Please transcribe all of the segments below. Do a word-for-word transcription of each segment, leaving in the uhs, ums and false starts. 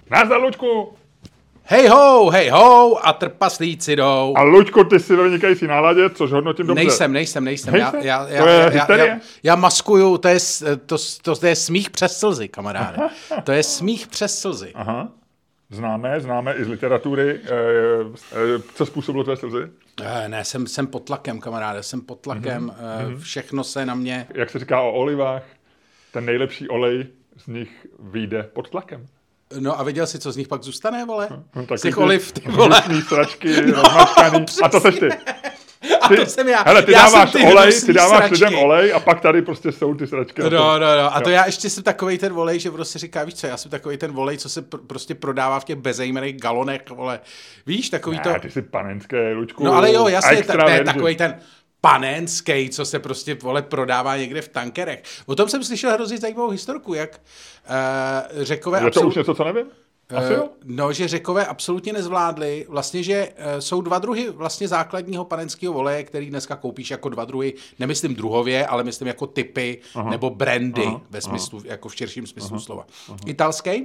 Nazdar, Luďku! Hej ho, hej ho a trpaslíci jdou. A Luďku, ty jsi ve vynikající náladě, což hodnotím dobře. Nejsem, nejsem, nejsem. Já, já, já, to je já, hysterie? já, já maskuju, to je, to, to, to je smích přes slzy, kamaráde. To je smích přes slzy. Aha. Známe, známe i z literatury. E, e, co způsobilo tvé slzy? E, ne, jsem, jsem pod tlakem, kamaráde, jsem pod tlakem. Mm-hmm. E, všechno se na mě... Jak se říká o olivách, ten nejlepší olej z nich vyjde pod tlakem. No a viděl jsi, co z nich pak zůstane, vole? No, z těch oliv, ty vole. Sračky, no, rozmačkaný. A to seš ty. A to jsem já. Hele, ty já dáváš ty olej, ty dáváš sračky. lidem olej a pak tady prostě jsou ty sračky. No, no, no. A to jo. Já ještě jsem takovej ten volej, že prostě říká, víš co, já jsem takovej ten volej, co se pr- prostě prodává v těch bezejmených galonech, vole. Víš, takový ne, to... ty jsi panenské, Luďku. No ale jo, jasně, ta, ne, verži. takovej ten panenský, co se prostě, vole, prodává někde v tankerech. O tom jsem slyšel hrozně zajímavou historku, jak uh, Řekové... Je to absolut... už něco, co nevím? Asi jo? No, že Řekové absolutně nezvládli, vlastně, že uh, jsou dva druhy vlastně základního panenského voleje, který dneska koupíš jako dva druhy, nemyslím druhově, ale myslím jako typy aha. nebo brandy aha. ve smyslu, aha. jako v širším smyslu aha. slova. Aha. Italský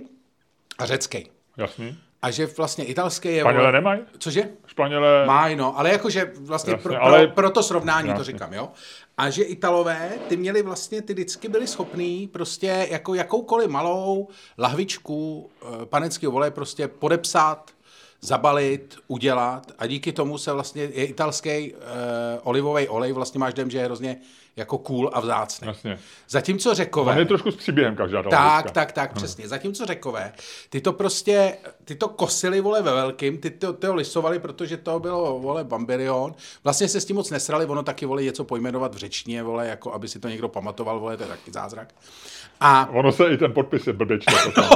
a řecký. Jasný. A že vlastně italský je... Španělé nemají? Cože? Španělé... Mají, no, ale jakože vlastně jasně, pro, ale... pro, pro to srovnání jasně. to říkám, jo. A že Italové, ty měli vlastně, ty vždycky byli schopní prostě jako jakoukoliv malou lahvičku e, panenského voleje prostě podepsat, zabalit, udělat a díky tomu se vlastně je italský e, olivový olej, vlastně máš dojem, že je hrozně jako cool a vzácný. Jasně. Zatímco Řekové... On je trošku s příběhem každá ta Tak, lahvička. tak, tak, hmm. přesně. Zatímco Řekové, ty to prostě, ty to kosili, vole, ve velkým, ty to, ty ho lisovali, protože to bylo, vole, bambirion. Vlastně se s tím moc nesrali, ono taky, vole, něco pojmenovat v řečtině, vole, jako aby si to někdo pamatoval, vole, to je taky zázrak. A... Ono se i ten podpis je blbečně.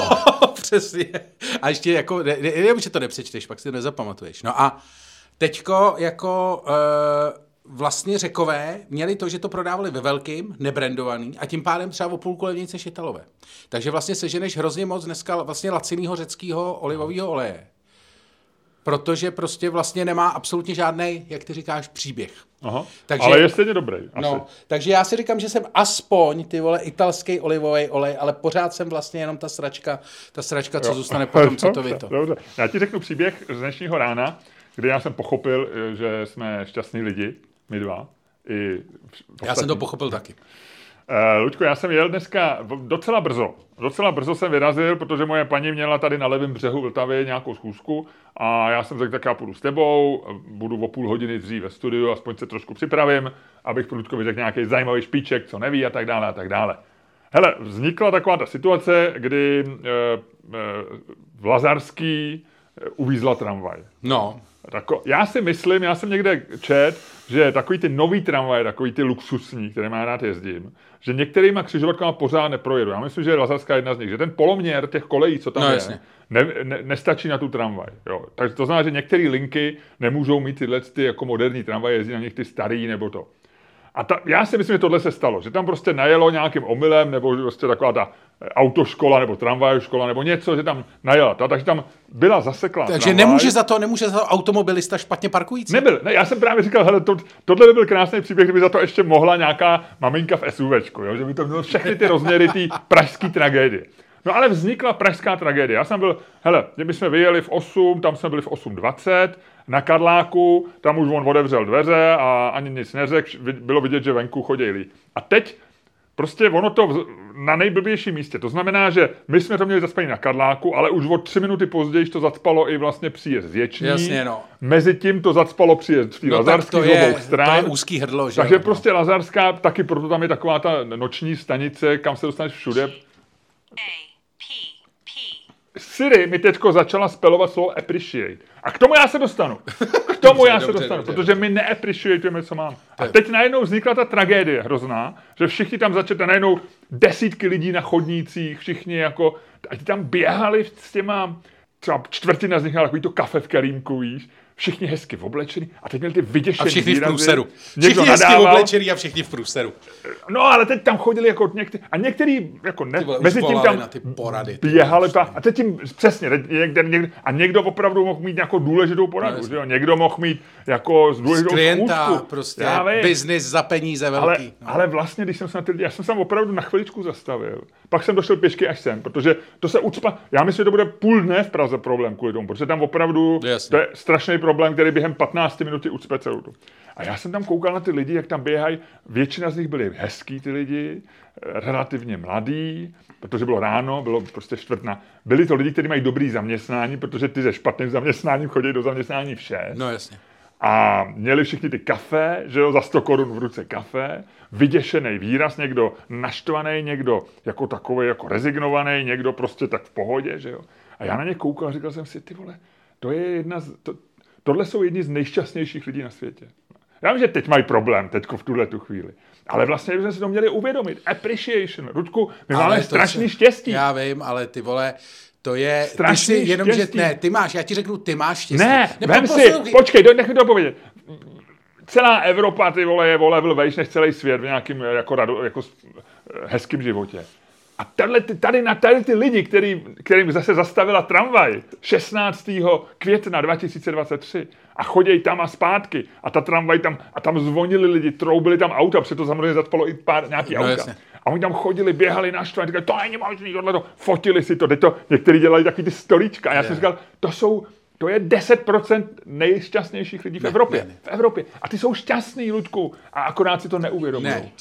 Přesně. A ještě jako, ne, ne, ne, že to nepřečteš, pak si to nezapamatuješ. No a teďko jako... Uh, vlastně Řekové měli to, že to prodávali ve velkým, nebrandovaný a tím pádem třeba o půlku levnější než Italové. Takže vlastně seženeš hrozně moc dneska vlastně lacinýho řeckýho olivového oleje. Protože prostě vlastně nemá absolutně žádnej, jak ty říkáš, příběh. Aha, takže, ale je stejně dobrý. Asi. No, takže já si říkám, že jsem aspoň ty vole italský olivový olej, ale pořád jsem vlastně jenom ta sračka, ta sračka, co jo. zůstane potom, co to vy to. Dobře. Já ti řeknu příběh z dnešního rána, kdy já jsem pochopil, že jsme šťastní lidi, my dva. I já jsem to pochopil taky. Uh, Luďko, já jsem jel dneska docela brzo. Docela brzo jsem vyrazil, protože moje paní měla tady na levém břehu Vltavy nějakou schůzku a já jsem řekl, tak já půjdu s tebou, budu o půl hodiny dřív ve studiu, aspoň se trošku připravím, abych pro Luďkovi řekl nějaký zajímavý špiček, co neví a tak dále a tak dále. Hele, vznikla taková ta situace, kdy uh, uh, v Lazarský uvízla tramvaj. No. Tako, já si myslím, já jsem někde čet, že takový ty nový tramvaje, takový ty luxusní, které má rád jezdím, že některýma křižovatkama pořád neprojedu. Já myslím, že je Lazarská jedna z nich, že ten poloměr těch kolejí, co tam no, je, ne, ne, nestačí na tu tramvaj. Jo. Takže to znamená, že některé linky nemůžou mít tyhle ty jako moderní tramvaje, jezdí na nich ty starý nebo to. A ta, já si myslím, že tohle se stalo, že tam prostě najelo nějakým omylem, nebo prostě taková ta autoškola, nebo tramvajová škola, nebo něco, že tam najela ta, takže tam byla zaseklá Takže tramvaj. nemůže za to, nemůže za to automobilista špatně parkující? Nebyl, ne, já jsem právě říkal, hele, to, tohle by byl krásný příběh, kdyby za to ještě mohla nějaká maminka v SUVčku, jo, že by to mělo všechny ty rozměry té pražské tragédie. No ale vznikla pražská tragédie. Já jsem byl, hele, my jsme vyjeli v osm, tam jsme byli v osm dvacet, na Karláku, tam už on otevřel dveře a ani nic neřekl, bylo vidět, že venku chodí lidi. A teď prostě ono to na nejblbějším místě. To znamená, že my jsme to měli zacpaný na Karláku, ale už o tři minuty později to zacpalo i vlastně příjezd z Děčný. Jasně, no. Mezi tím to zacpalo příjezd v té no, Lazarské z obou stran. To je úzký hrdlo, že? Takže jo, prostě no. Lazarská, taky proto tam je taková ta noční stanice, kam se dostaneš všude. Siri mi teďko začala spelovat slovo appreciate. A k tomu já se dostanu. K tomu dobře, já se dobře, dostanu, dobře, protože dobře. My neappreciatujeme, co mám. A teď najednou vznikla ta tragédie hrozná, že všichni tam začali, najednou desítky lidí na chodnících, všichni jako, a ti tam běhali s těma, třeba čtvrtina z nich měla takový to kafe v kelímku, víš. všichni hezky oblečení a teď měli ty vyděšený A všichni výrazy. v průseru. Někdo Všichni hezky nadával. oblečení a všichni v průseru. No, ale teď tam chodili jako některý, a některý jako ne, vole, mezi tím tam na ty porady, ty běhali ta, a teď tím přesně, teď někde, někde, a někdo opravdu mohl mít nějakou důležitou poradu, No, že jo? Někdo mohl mít jako z důležitou Z klienta, schůzku. prostě Já vím. biznis za peníze velký. Ale, no. ale vlastně, když jsem se na ty lidi, já jsem se tam opravdu na chviličku zastavil. Pak jsem došel pěšky až sem, protože to se ucpa, já myslím, že to bude půl dne v Praze problém kvůli tomu, protože tam opravdu, Jasně. to je strašný problém, který během patnáct minut ucpe celou tu. A já jsem tam koukal na ty lidi, jak tam běhají, většina z nich byli hezký ty lidi, relativně mladý, protože bylo ráno, bylo prostě čtvrtna. Byli to lidi, kteří mají dobrý zaměstnání, protože ty se špatným zaměstnáním chodí do zaměstnání v šest. No jasně. A měli všichni ty kafe, že jo, za sto korun v ruce kafe, vyděšený výraz, někdo naštvaný, někdo jako takový, jako rezignovaný, někdo prostě tak v pohodě, že jo. A já na ně koukal a říkal jsem si, ty vole, to je jedna z, to, tohle jsou jedni z nejšťastnějších lidí na světě. Já vím, že teď mají problém, teďko v tuhle tu chvíli. Ale vlastně bychom si to měli uvědomit. Appreciation. Rudku, my ale máme strašný se, štěstí. Já vím, ale ty vole, to je... Strašný ty si, jenom, štěstí. že ne, ty máš, já ti řeknu, ty máš štěstí. Ne, Nebo vem si, poslouchej. počkej, do, nech mi to povědět. Celá Evropa, ty vole, je level vejš než celý svět v nějakým jako, rado, jako hezkým životě. A tady, tady na tady ty lidi, který, kterým zase zastavila tramvaj šestnáctého května dva tisíce dvacet tři a chodějí tam a zpátky a ta tramvaj tam, a tam zvonili lidi, troubili tam auta, protože to samozřejmě zacpalo i pár nějaký No, auta. jasně. A oni tam chodili, běhali naštvaní, říkali, to není možný, tohleto, fotili si to, to někteří dělají takový ty stolíčka. A já jsem říkal, to jsou, to je deset procent nejšťastnějších lidí v Ne, Evropě. ne, ne. V Evropě. A ty jsou šťastný, Ludku, a akorát si to neuvědomují. Ne.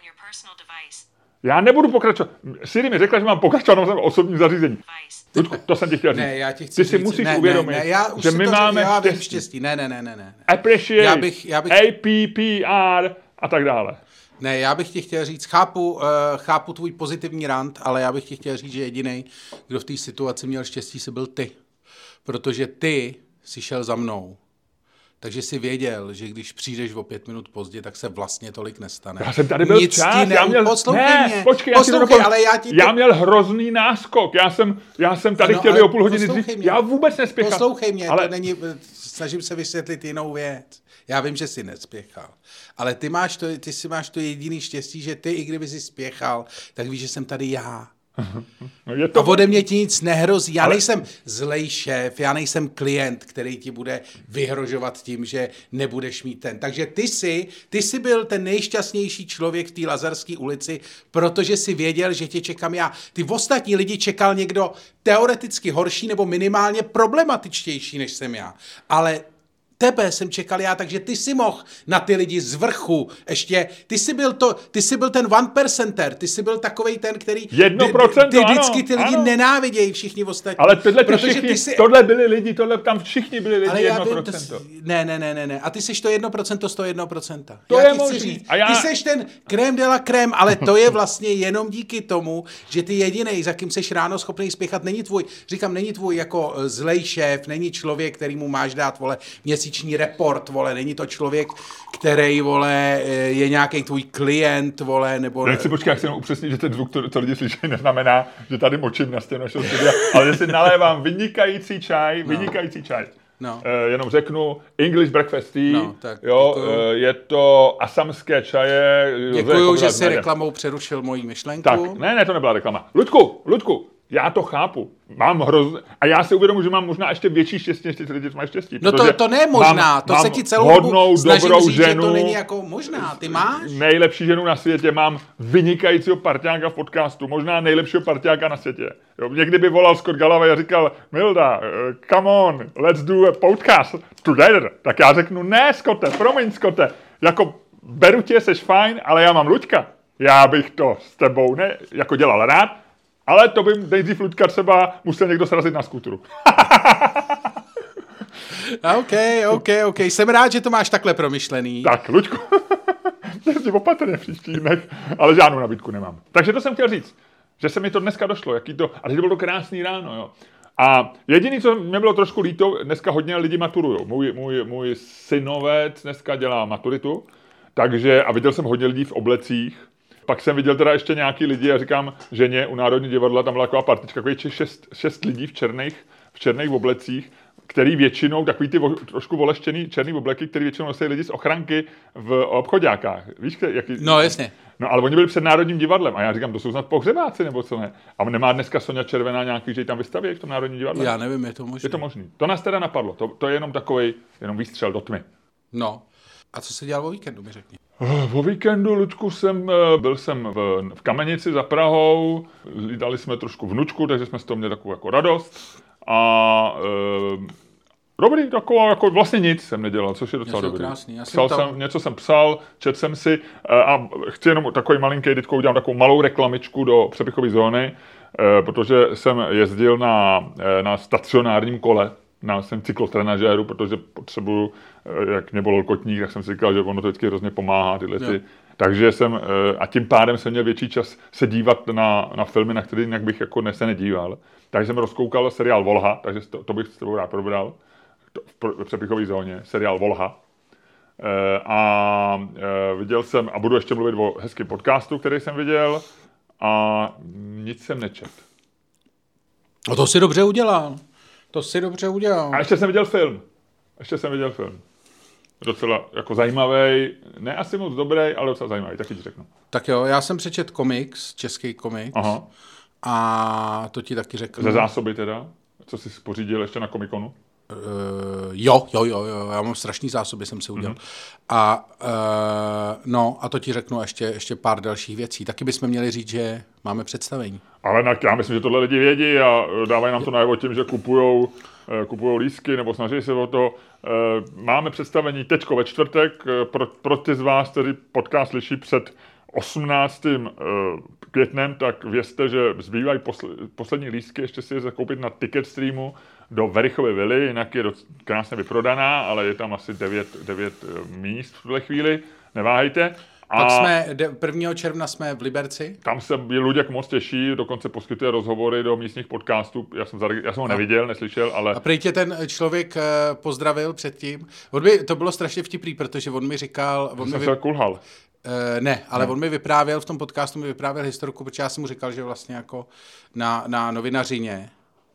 Já nebudu pokračovat. Siri mi řekla, že mám pokračovat na svém osobním zařízení. Ludku, to jsem ti chtěl říct. Ne, já ti chci ty si říct, musíš ne, uvědomit, ne, ne, já už že si my to, máme já vím štěstí. štěstí. Ne, ne, ne, ne, ne. Appreciate, Já bych- já bych- A P P R a tak dále. Ne, já bych ti chtěl říct, chápu, uh, chápu tvůj pozitivní rant, ale já bych ti chtěl říct, že jedinej, kdo v té situaci měl štěstí, si byl ty. Protože ty si šel za mnou. Takže si věděl, že když přijdeš o pět minut pozdě, tak se vlastně tolik nestane. Já jsem tady byl Nic čas, ti ne... já měl, Poslouchej ne, mě, počkej, já, ti to poslouchej, dokončím. ale já ti to... já měl hrozný náskok, já jsem, já jsem tady Ano, chtěl být ale o půl hodiny poslouchej dřív, mě. já vůbec nespěchal. Poslouchej mě, ale... to není, snažím se vysvětlit jinou věc. Já vím, že jsi nespěchal, ale ty, máš to, ty si máš to jediný štěstí, že ty, i kdyby jsi spěchal, tak víš, že jsem tady já. No je to... A ode mě ti nic nehrozí. Já Ale- nejsem zlej šéf, já nejsem klient, který ti bude vyhrožovat tím, že nebudeš mít ten. Takže ty jsi, ty jsi byl ten nejšťastnější člověk v té Lazarské ulici, protože si věděl, že tě čekám já. Ty ostatní lidi čekal někdo teoreticky horší nebo minimálně problematičtější, než jsem já. Ale tebe jsem čekal já, takže ty si mohl na ty lidi z vrchu ještě, ty jsi byl to, ty jsi byl ten one percenter, ty jsi byl takovej ten, který Jedno ty- procento, ty vždycky ano, ty lidi ano. nenávidějí všichni ostatní. Ale tohle, ty protože všichni, ty jsi, tohle byli lidi, tohle tam všichni byli lidi, ale já jedno vím, procento. to, ne, ne, ne, ne, ne, a ty jsi to jedno procento z toho jedno procenta. To já je ti chci možný. říct, A já- ty jsi ten krém de la krém, ale to je vlastně jenom díky tomu, že ty jedinej, za kým seš ráno schopný spěchat, není tvůj, říkám, není tvůj jako eh, zlej šéf, není člověk, který mu máš dát, vole, měsíční report, vole, není to člověk, který, vole, eh, je nějaký tvůj klient, vole, nebo... Nechci počkat, jak se jenom upřesnit, že ten zvuk, to, co lidi slyší, neznamená, že tady močím na stěnu našeho studia, ale že si nalévám vynikající čaj, vynikající čaj. No. E, jenom řeknu, English breakfast tea, No, tak, jo, děkuju. e, je to asamské čaje. Děkuju, že jsi reklamou přerušil moji myšlenku. Tak, ne, ne, to nebyla reklama. Ludku, Ludku, já to chápu. Mám hrozně... A já si uvědomuji, že mám možná ještě větší štěstí, než ty lidi, co mají štěstí. No to, protože to ne možná, mám, to mám se ti celou hodnou, dobu snažím dobrou říct, ženu, že to není jako možná. Ty máš? nejlepší ženu na světě, mám vynikajícího parťáka v podcastu, možná nejlepšího parťáka na světě. Jo, někdy by volal Scott Galloway a říkal, Milda, uh, come on, let's do a podcast together. Tak já řeknu, ne, Scotte, promiň, Scotte, jako beru tě, seš fajn, ale já mám Luďka. Já bych to s tebou ne, jako dělal rád, ale to by nejdřív Luďka třeba musel někdo srazit na skutru. OK, OK, OK. Jsem rád, že to máš takhle promyšlený. Tak, Luďku, jezdí opatrně v příštích dnech, ale žádnou nabídku nemám. Takže to jsem chtěl říct, že se mi to dneska došlo, jaký to, ale to bylo krásný ráno, jo. A jediný, co mě bylo trošku líto, dneska hodně lidi maturujou. Můj, můj, můj synovec dneska dělá maturitu, takže, a viděl jsem hodně lidí v oblecích. Pak jsem viděl teda ještě nějaký lidi a říkám ženě u Národní divadla, tam byla taková partička, takových šest, šest lidí v černých, v černých oblecích, který většinou, takový ty vo, trošku voleštěný černý obleky, který většinou nosí lidi z ochranky v obchodákách. Víš, jaký? No, jasně. No, ale oni byli před Národním divadlem a já říkám, to jsou snad pohřebáci, nebo co ne? A nemá dneska Sonja Červená nějaký, že ji tam vystaví v tom Národním divadle? Já nevím, je to možný. Je to možný. To nás teda napadlo. To, to je jenom takovej, jenom výstřel do tmy. No. A co se dělal o víkendu, mi řekni. O víkendu, Luďku, jsem, byl jsem v, v Kamenici za Prahou, dali jsme trošku vnučku, takže jsme z toho měli takovou jako radost. A e, dobrý, taková, jako vlastně nic jsem nedělal, což je docela dobrý. Krásný. Já psal jsem tam... jsem, něco jsem psal, četl jsem si a chci jenom takový malinký editkou, udělám takovou malou reklamičku do přepichové zóny, e, protože jsem jezdil na, na stacionárním kole, na jsem cyklotrenažéru, protože potřebuju, jak mě bolel kotník, tak jsem si říkal, že ono to vždycky hrozně pomáhá tyhle ty. Takže jsem, a tím pádem jsem měl větší čas se dívat na, na filmy, na které jinak bych jako ne, se nedíval. Takže jsem rozkoukal seriál Volha, takže to, to bych s tebou rád probral v přepichové zóně, seriál Volha. E, a e, viděl jsem, a budu ještě mluvit o hezkém podcastu, který jsem viděl, a nic jsem nečet. No to si dobře udělal. To si dobře udělal. A ještě jsem viděl film. Ještě jsem viděl film. Docela jako zajímavý, ne asi moc dobrý, ale docela zajímavý, taky ti řeknu. Tak jo, já jsem přečet komiks, český komiks. Aha. A to ti taky řeknu. Ze zásoby teda? Co jsi pořídil ještě na Komikonu? Uh, jo, jo, jo, jo, já mám strašný zásoby, jsem si udělal. Mm-hmm. A uh, no, a to ti řeknu ještě, ještě pár dalších věcí. Taky bychom měli říct, že máme představení. Ale tak já myslím, že tohle lidi vědí a dávají nám to najevo tím, že kupujou, kupujou lístky nebo snaží se o to. Máme představení teďko ve čtvrtek. Pro, pro ty z vás, kteří podcast slyší před osmnáctým květnem, tak vězte, že zbývají posl, poslední lístky, ještě si je zakoupit na Ticketstreamu do Verichovy vily, jinak je krásně vyprodaná, ale je tam asi devět míst v tuhle chvíli, neváhejte. Pak jsme, prvního června jsme v Liberci. Tam se Luděk moc těší, dokonce poskytuje rozhovory do místních podcastů. Já jsem, zareg... Já jsem ho neviděl, neslyšel, ale... A prý tě ten člověk pozdravil předtím. On by, to bylo strašně vtipný, protože on mi říkal... On jsem mi se vy... kulhal. Uh, ne, ale ne. On mi vyprávěl, v tom podcastu mi vyprávěl historku, protože já jsem mu říkal, že vlastně jako na, na novinařině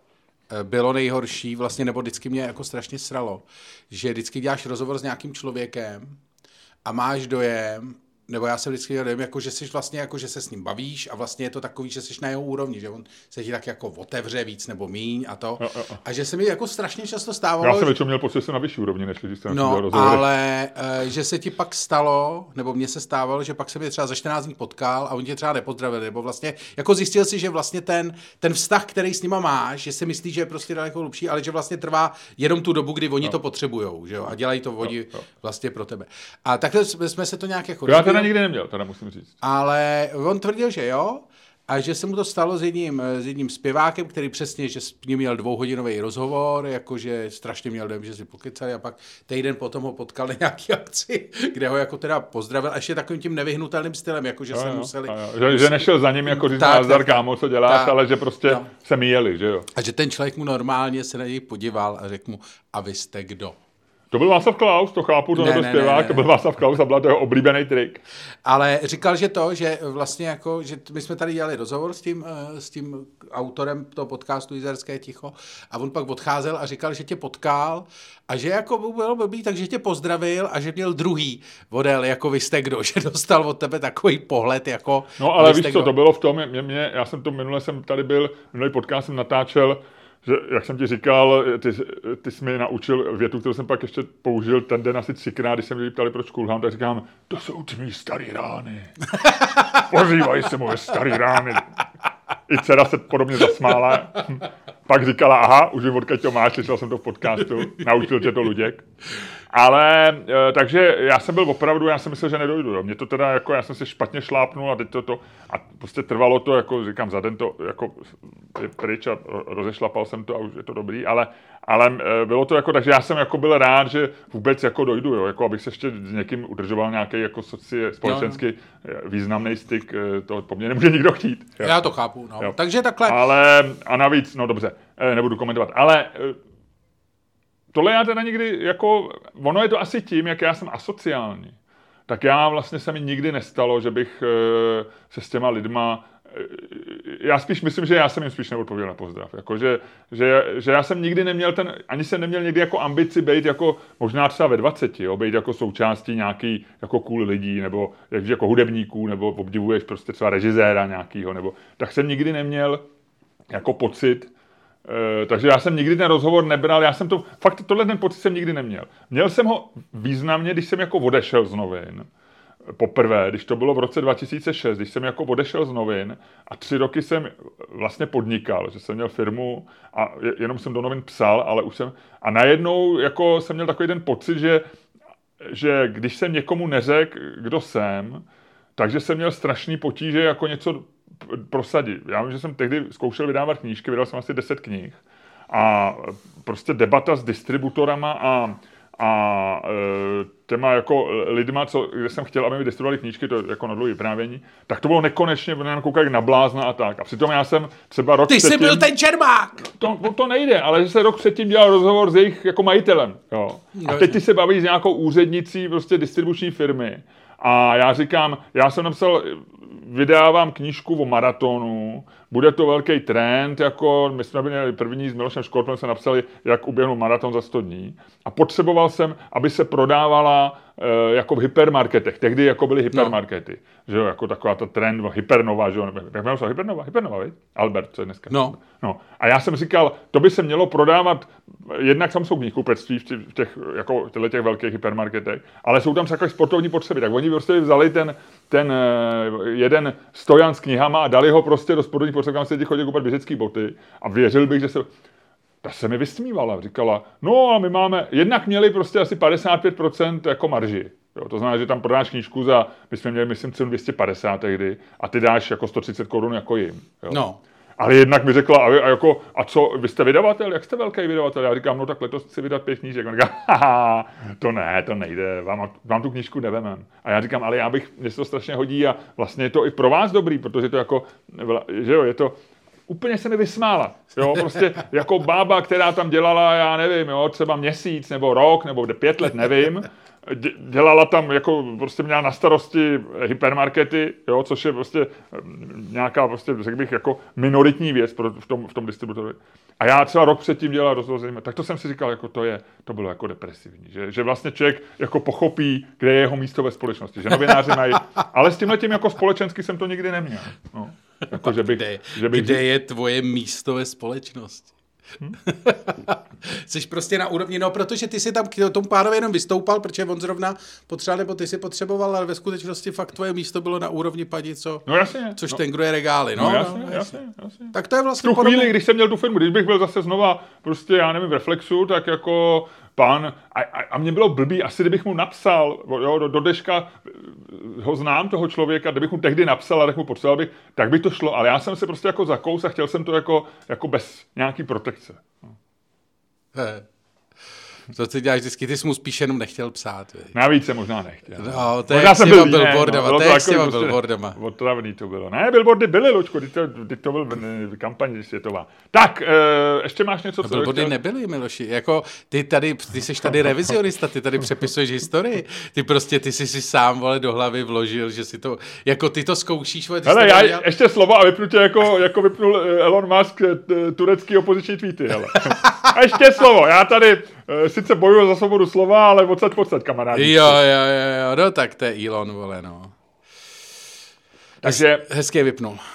bylo nejhorší, vlastně, nebo vždycky mě jako strašně sralo, že vždycky děláš rozhovor s nějakým člověkem a máš dojem, nebo já jsem vždycky dojem, jako, že jsi vlastně, jako, že se s ním bavíš a vlastně je to takový, že jsi na jeho úrovni, že on se ti tak jako otevře víc nebo míň a to. Jo, jo. A že se mi jako strašně často stávalo... Já jsem většinou měl pocit, že jsem na vyšší úrovni, než když jsem no, rozhovory. Ale uh, že se ti pak stalo, nebo mně se stávalo, že pak se mě třeba za čtrnáct dní potkal a on tě třeba nepozdravil, nebo vlastně jako zjistil si, že vlastně ten, ten vztah, který s nima máš, že si myslíš, že je prostě daleko hlubší, ale že vlastně trvá jenom tu dobu, kdy oni no. to potřebujou, že jo, a dělají to oni no, vlastně pro tebe. A takhle jsme se to nějak jako... Já teda nikdy neměl, teda musím říct. Ale on tvrdil, že jo, a že se mu to stalo s jedním, s jedním zpěvákem, který přesně, že s ním měl dvouhodinový rozhovor, jakože strašně měl dojem, že si pokecali a pak týden potom ho potkal na nějaký akci, kde ho jako teda pozdravil a ještě takovým tím nevyhnutelným stylem, jakože se museli... Že, že nešel za ním jako říct nazdar, kámo, co děláš, tak, ale že prostě no. se míjeli, že jo. A že ten člověk mu normálně se na něj podíval a řekl mu, a vy jste kdo? To byl Václav Klaus, to chápu, to ne, nebyl ne, zpěvák, ne, ne. To byl Václav Klaus a byl to jeho oblíbený trik. Ale říkal, že to, že vlastně jako, že my jsme tady dělali rozhovor s tím, s tím autorem toho podcastu Jizerské ticho a on pak odcházel a říkal, že tě potkal a že jako byl blbý, takže tě pozdravil a že měl druhý model, jako vy jste kdo, že dostal od tebe takový pohled, jako... No ale víš co, to bylo v tom, mě, mě, já jsem to minule jsem tady byl, minulý podcast jsem natáčel, že, jak jsem ti říkal, ty, ty jsi mi naučil větu, kterou jsem pak ještě použil ten den asi třikrát, když jsem mě ptali, proč kulhám, tak říkám, to jsou ty mý starý rány. Pořívají se moje starý rány. I dcera se podobně zasmála. Pak říkala, aha, už vím, odkud to máš, slyšel jsem to v podcastu, naučil tě to Luděk. Ale, takže já jsem byl opravdu, já jsem myslel, že nedojdu, jo. Mě to teda, jako, já jsem se špatně šlápnul a teď to, to a prostě trvalo to, jako říkám, za den to, jako je pryč a rozešlapal jsem to a už je to dobrý, ale, ale bylo to jako, takže já jsem jako byl rád, že vůbec jako dojdu, jo, jako abych se ještě s někým udržoval nějaký jako soci, společensky významný styk, to po mně nemůže nikdo chtít. Jo. Já to chápu, no. Jo. Takže takhle. Ale, a navíc, no dobře, nebudu komentovat, ale tohle já teda nikdy, jako, ono je to asi tím, jak já jsem asociální. Tak já vlastně se mi nikdy nestalo, že bych se s těma lidma já spíš myslím, že já jsem jim spíš neodpověděl na pozdrav. Jako, že, že, že já jsem nikdy neměl ten, ani jsem neměl někdy jako ambici být jako, možná třeba ve dvaceti, jo, být jako součástí nějaký jako cool lidí, nebo jako hudebníků, nebo obdivuješ prostě třeba režiséra nějakýho, nebo tak jsem nikdy neměl jako pocit, e, takže já jsem nikdy ten rozhovor nebral, já jsem to, fakt tohle ten pocit jsem nikdy neměl. Měl jsem ho významně, když jsem jako odešel z novin, poprvé, když to bylo v roce dva tisíce šest, když jsem jako odešel z novin a tři roky jsem vlastně podnikal, že jsem měl firmu a jenom jsem do novin psal, ale už jsem, a najednou jako jsem měl takový ten pocit, že, že když jsem někomu neřekl, kdo jsem, takže jsem měl strašný potíže jako něco prosadit. Já vím, že jsem tehdy zkoušel vydávat knížky, vydal jsem asi deset knih a prostě debata s distributorama a a e, těma jako lidma, co, kde jsem chtěl, aby mi distribuovali knížky, to jako na dlouhé vyprávění, tak to bylo nekonečně, nám koukají na blázna a tak. A přitom já jsem třeba rok Ty předtím... jsi byl ten Čermák! To, to nejde, ale že se rok předtím dělal rozhovor s jejich jako majitelem. Jo. A teď ty se baví s nějakou úřednicí prostě distribuční firmy. A já říkám, já jsem napsal, vydávám knížku o maratonu, bude to velký trend, jako my jsme byli první s Milošem Škorpem, jsme napsali, jak uběhnout maraton za sto dní. A potřeboval jsem, aby se prodávala e, jako v hypermarketech. Tehdy jako byly hypermarkety. No. Že jo, jako taková ta trend, hypernova, že jo, jak jmenuje se hypernova? Hypernova, viď? Albert, co je dneska. No. no. A já jsem říkal, to by se mělo prodávat, jednak tam jsou knihkupectví v těch, v těch, jako v těch velkých hypermarketech, ale jsou tam takové sportovní potřeby. Tak oni prostě vzali ten, ten jeden stojan s knihama a dali ho prostě do sportovních potřeb, kam se lidi chodí koupat běžecký boty a věřil bych, že se... Ta se mi vysmívala, říkala, no a my máme, jednak měli prostě asi padesát pět procent jako marži. Jo, to znamená, že tam prodáš knížku za, my jsme měli, myslím, cenu dvě stě padesát tehdy a ty dáš jako sto třicet korun jako jim. Jo. No. Ale jednak mi řekla, a, vy, a, jako, a co, vy jste vydavatel? Jak jste velký vydavatel? Já říkám, no tak letos chci vydat pět knížek. On říká, haha, to ne, to nejde, vám, vám tu knížku nevemem. A já říkám, ale já bych, mě se to strašně hodí a vlastně je to i pro vás dobrý, protože to jako, že jo, je to, úplně se mi vysmála, jo, prostě jako bába, která tam dělala, já nevím, jo, třeba měsíc, nebo rok, nebo pět let, nevím, dělala tam, jako prostě měla na starosti hypermarkety, jo, což je prostě nějaká, prostě, řekl bych, jako minoritní věc v tom, v tom distributorovi. A já třeba rok předtím dělala rozhození, tak to jsem si říkal, jako to je, to bylo jako depresivní, že, že vlastně člověk jako pochopí, kde je jeho místo ve společnosti, že novináři mají, ale s tímhletím jako společensky jsem to nikdy neměl, no. Jako, že bych, kde, že bych... kde je tvoje místo ve společnosti? Hmm? Jsi prostě na úrovni, no protože ty si tam k tomu pánovi jenom vystoupal, protože on zrovna potřeboval, nebo ty si potřeboval, ale ve skutečnosti fakt tvoje místo bylo na úrovni Padi, co, no jasně, což no. ten, kdo je regály. No, no, jasně, no, jasně, jasně. Tak to je vlastně v tu podobně... chvíli, když jsem měl tu firmu, když bych byl zase znova prostě, já nevím, v Reflexu, tak jako pán, a, a, a mě bylo blbý, asi kdybych mu napsal, jo, do, do dneška ho znám, toho člověka, kdybych mu tehdy napsal a tak mu potřeboval bych, tak by to šlo, ale já jsem se prostě jako zakous a chtěl jsem to jako, jako bez nějaký protekce. No. He. To ty děláš vždycky, ty jsi mu spíš jenom nechtěl psát. Vej. Navíc jsem možná nechtěl. No, to je jak s těma billboardama, to je jak s těma billboardama. Otravný to bylo. Ne, billboardy byly, Lučko, ty to, ty to byl kampaň světová. Tak, e, ještě máš něco, co... Billboardy chtěl... nebyly, Miloši. Jako, ty tady, ty jsi tady revizionista, ty tady přepisuješ historii. Ty prostě, ty jsi si sám, vole, do hlavy vložil, že si to, jako ty to zkoušíš, vole, ty hele, já dělal... ještě slovo a vypnu tě jako, jako vypnul Elon Musk turecký opoziční tweety, hele. A ještě slovo, já tady sice bojuju za svobodu slova, ale odsaď podsaď, kamarádi. Jo, jo, jo, jo, no tak to je Elon, vole, no. Takže... Hezké vypnul. Uh,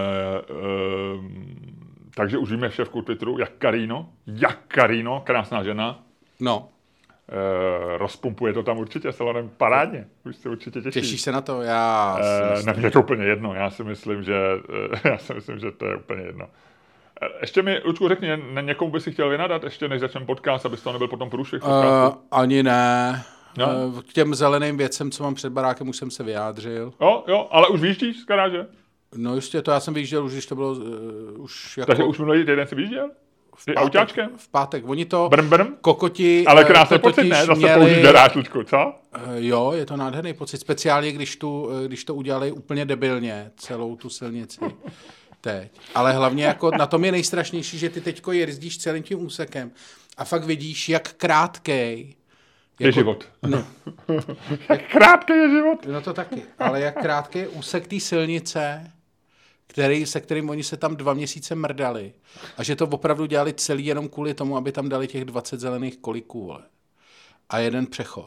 uh, takže už víme šéfku Twitteru, jak Karino, jak Karino, krásná žena. No. Uh, rozpumpuje to tam určitě, Salonem, parádně. Už se určitě těší. Těšíš se na to? Já uh, myslím, ne, je to úplně jedno. Já si myslím, že, uh, já si myslím, že to je úplně jedno. Ještě mi, Lučku, řekni, někomu by si chtěl vynadat, ještě než začneme podcast, abys to nebyl potom průšvih podcastu? Uh, ani ne. No? Uh, k těm zeleným věcem, co mám před barákem, už jsem se vyjádřil. Jo, jo, ale už vyjíždíš z garáže? No jistě, to já jsem vyjížděl už, když to bylo uh, už jako... Takže už minulý týden jsi vyjížděl? V pátek, autáčkem? V pátek, oni to brm, brm. kokoti... Ale krásný pocit, ne? Zase měli... použít garáž, Lučku, co? Uh, jo, je to nádherný pocit, speciálně když, tu, když to udělali úplně debilně, celou tu silnici. Teď. Ale hlavně jako na tom je nejstrašnější, že ty teďko jezdíš celým tím úsekem a fakt vidíš, jak krátkej jako, je život. No, jak krátkej je život. No to taky, ale jak krátký je úsek té silnice který, se kterým oni se tam dva měsíce mrdali a že to opravdu dělali celý jenom kvůli tomu, aby tam dali těch dvacet zelených koliků, vole. A jeden přechod.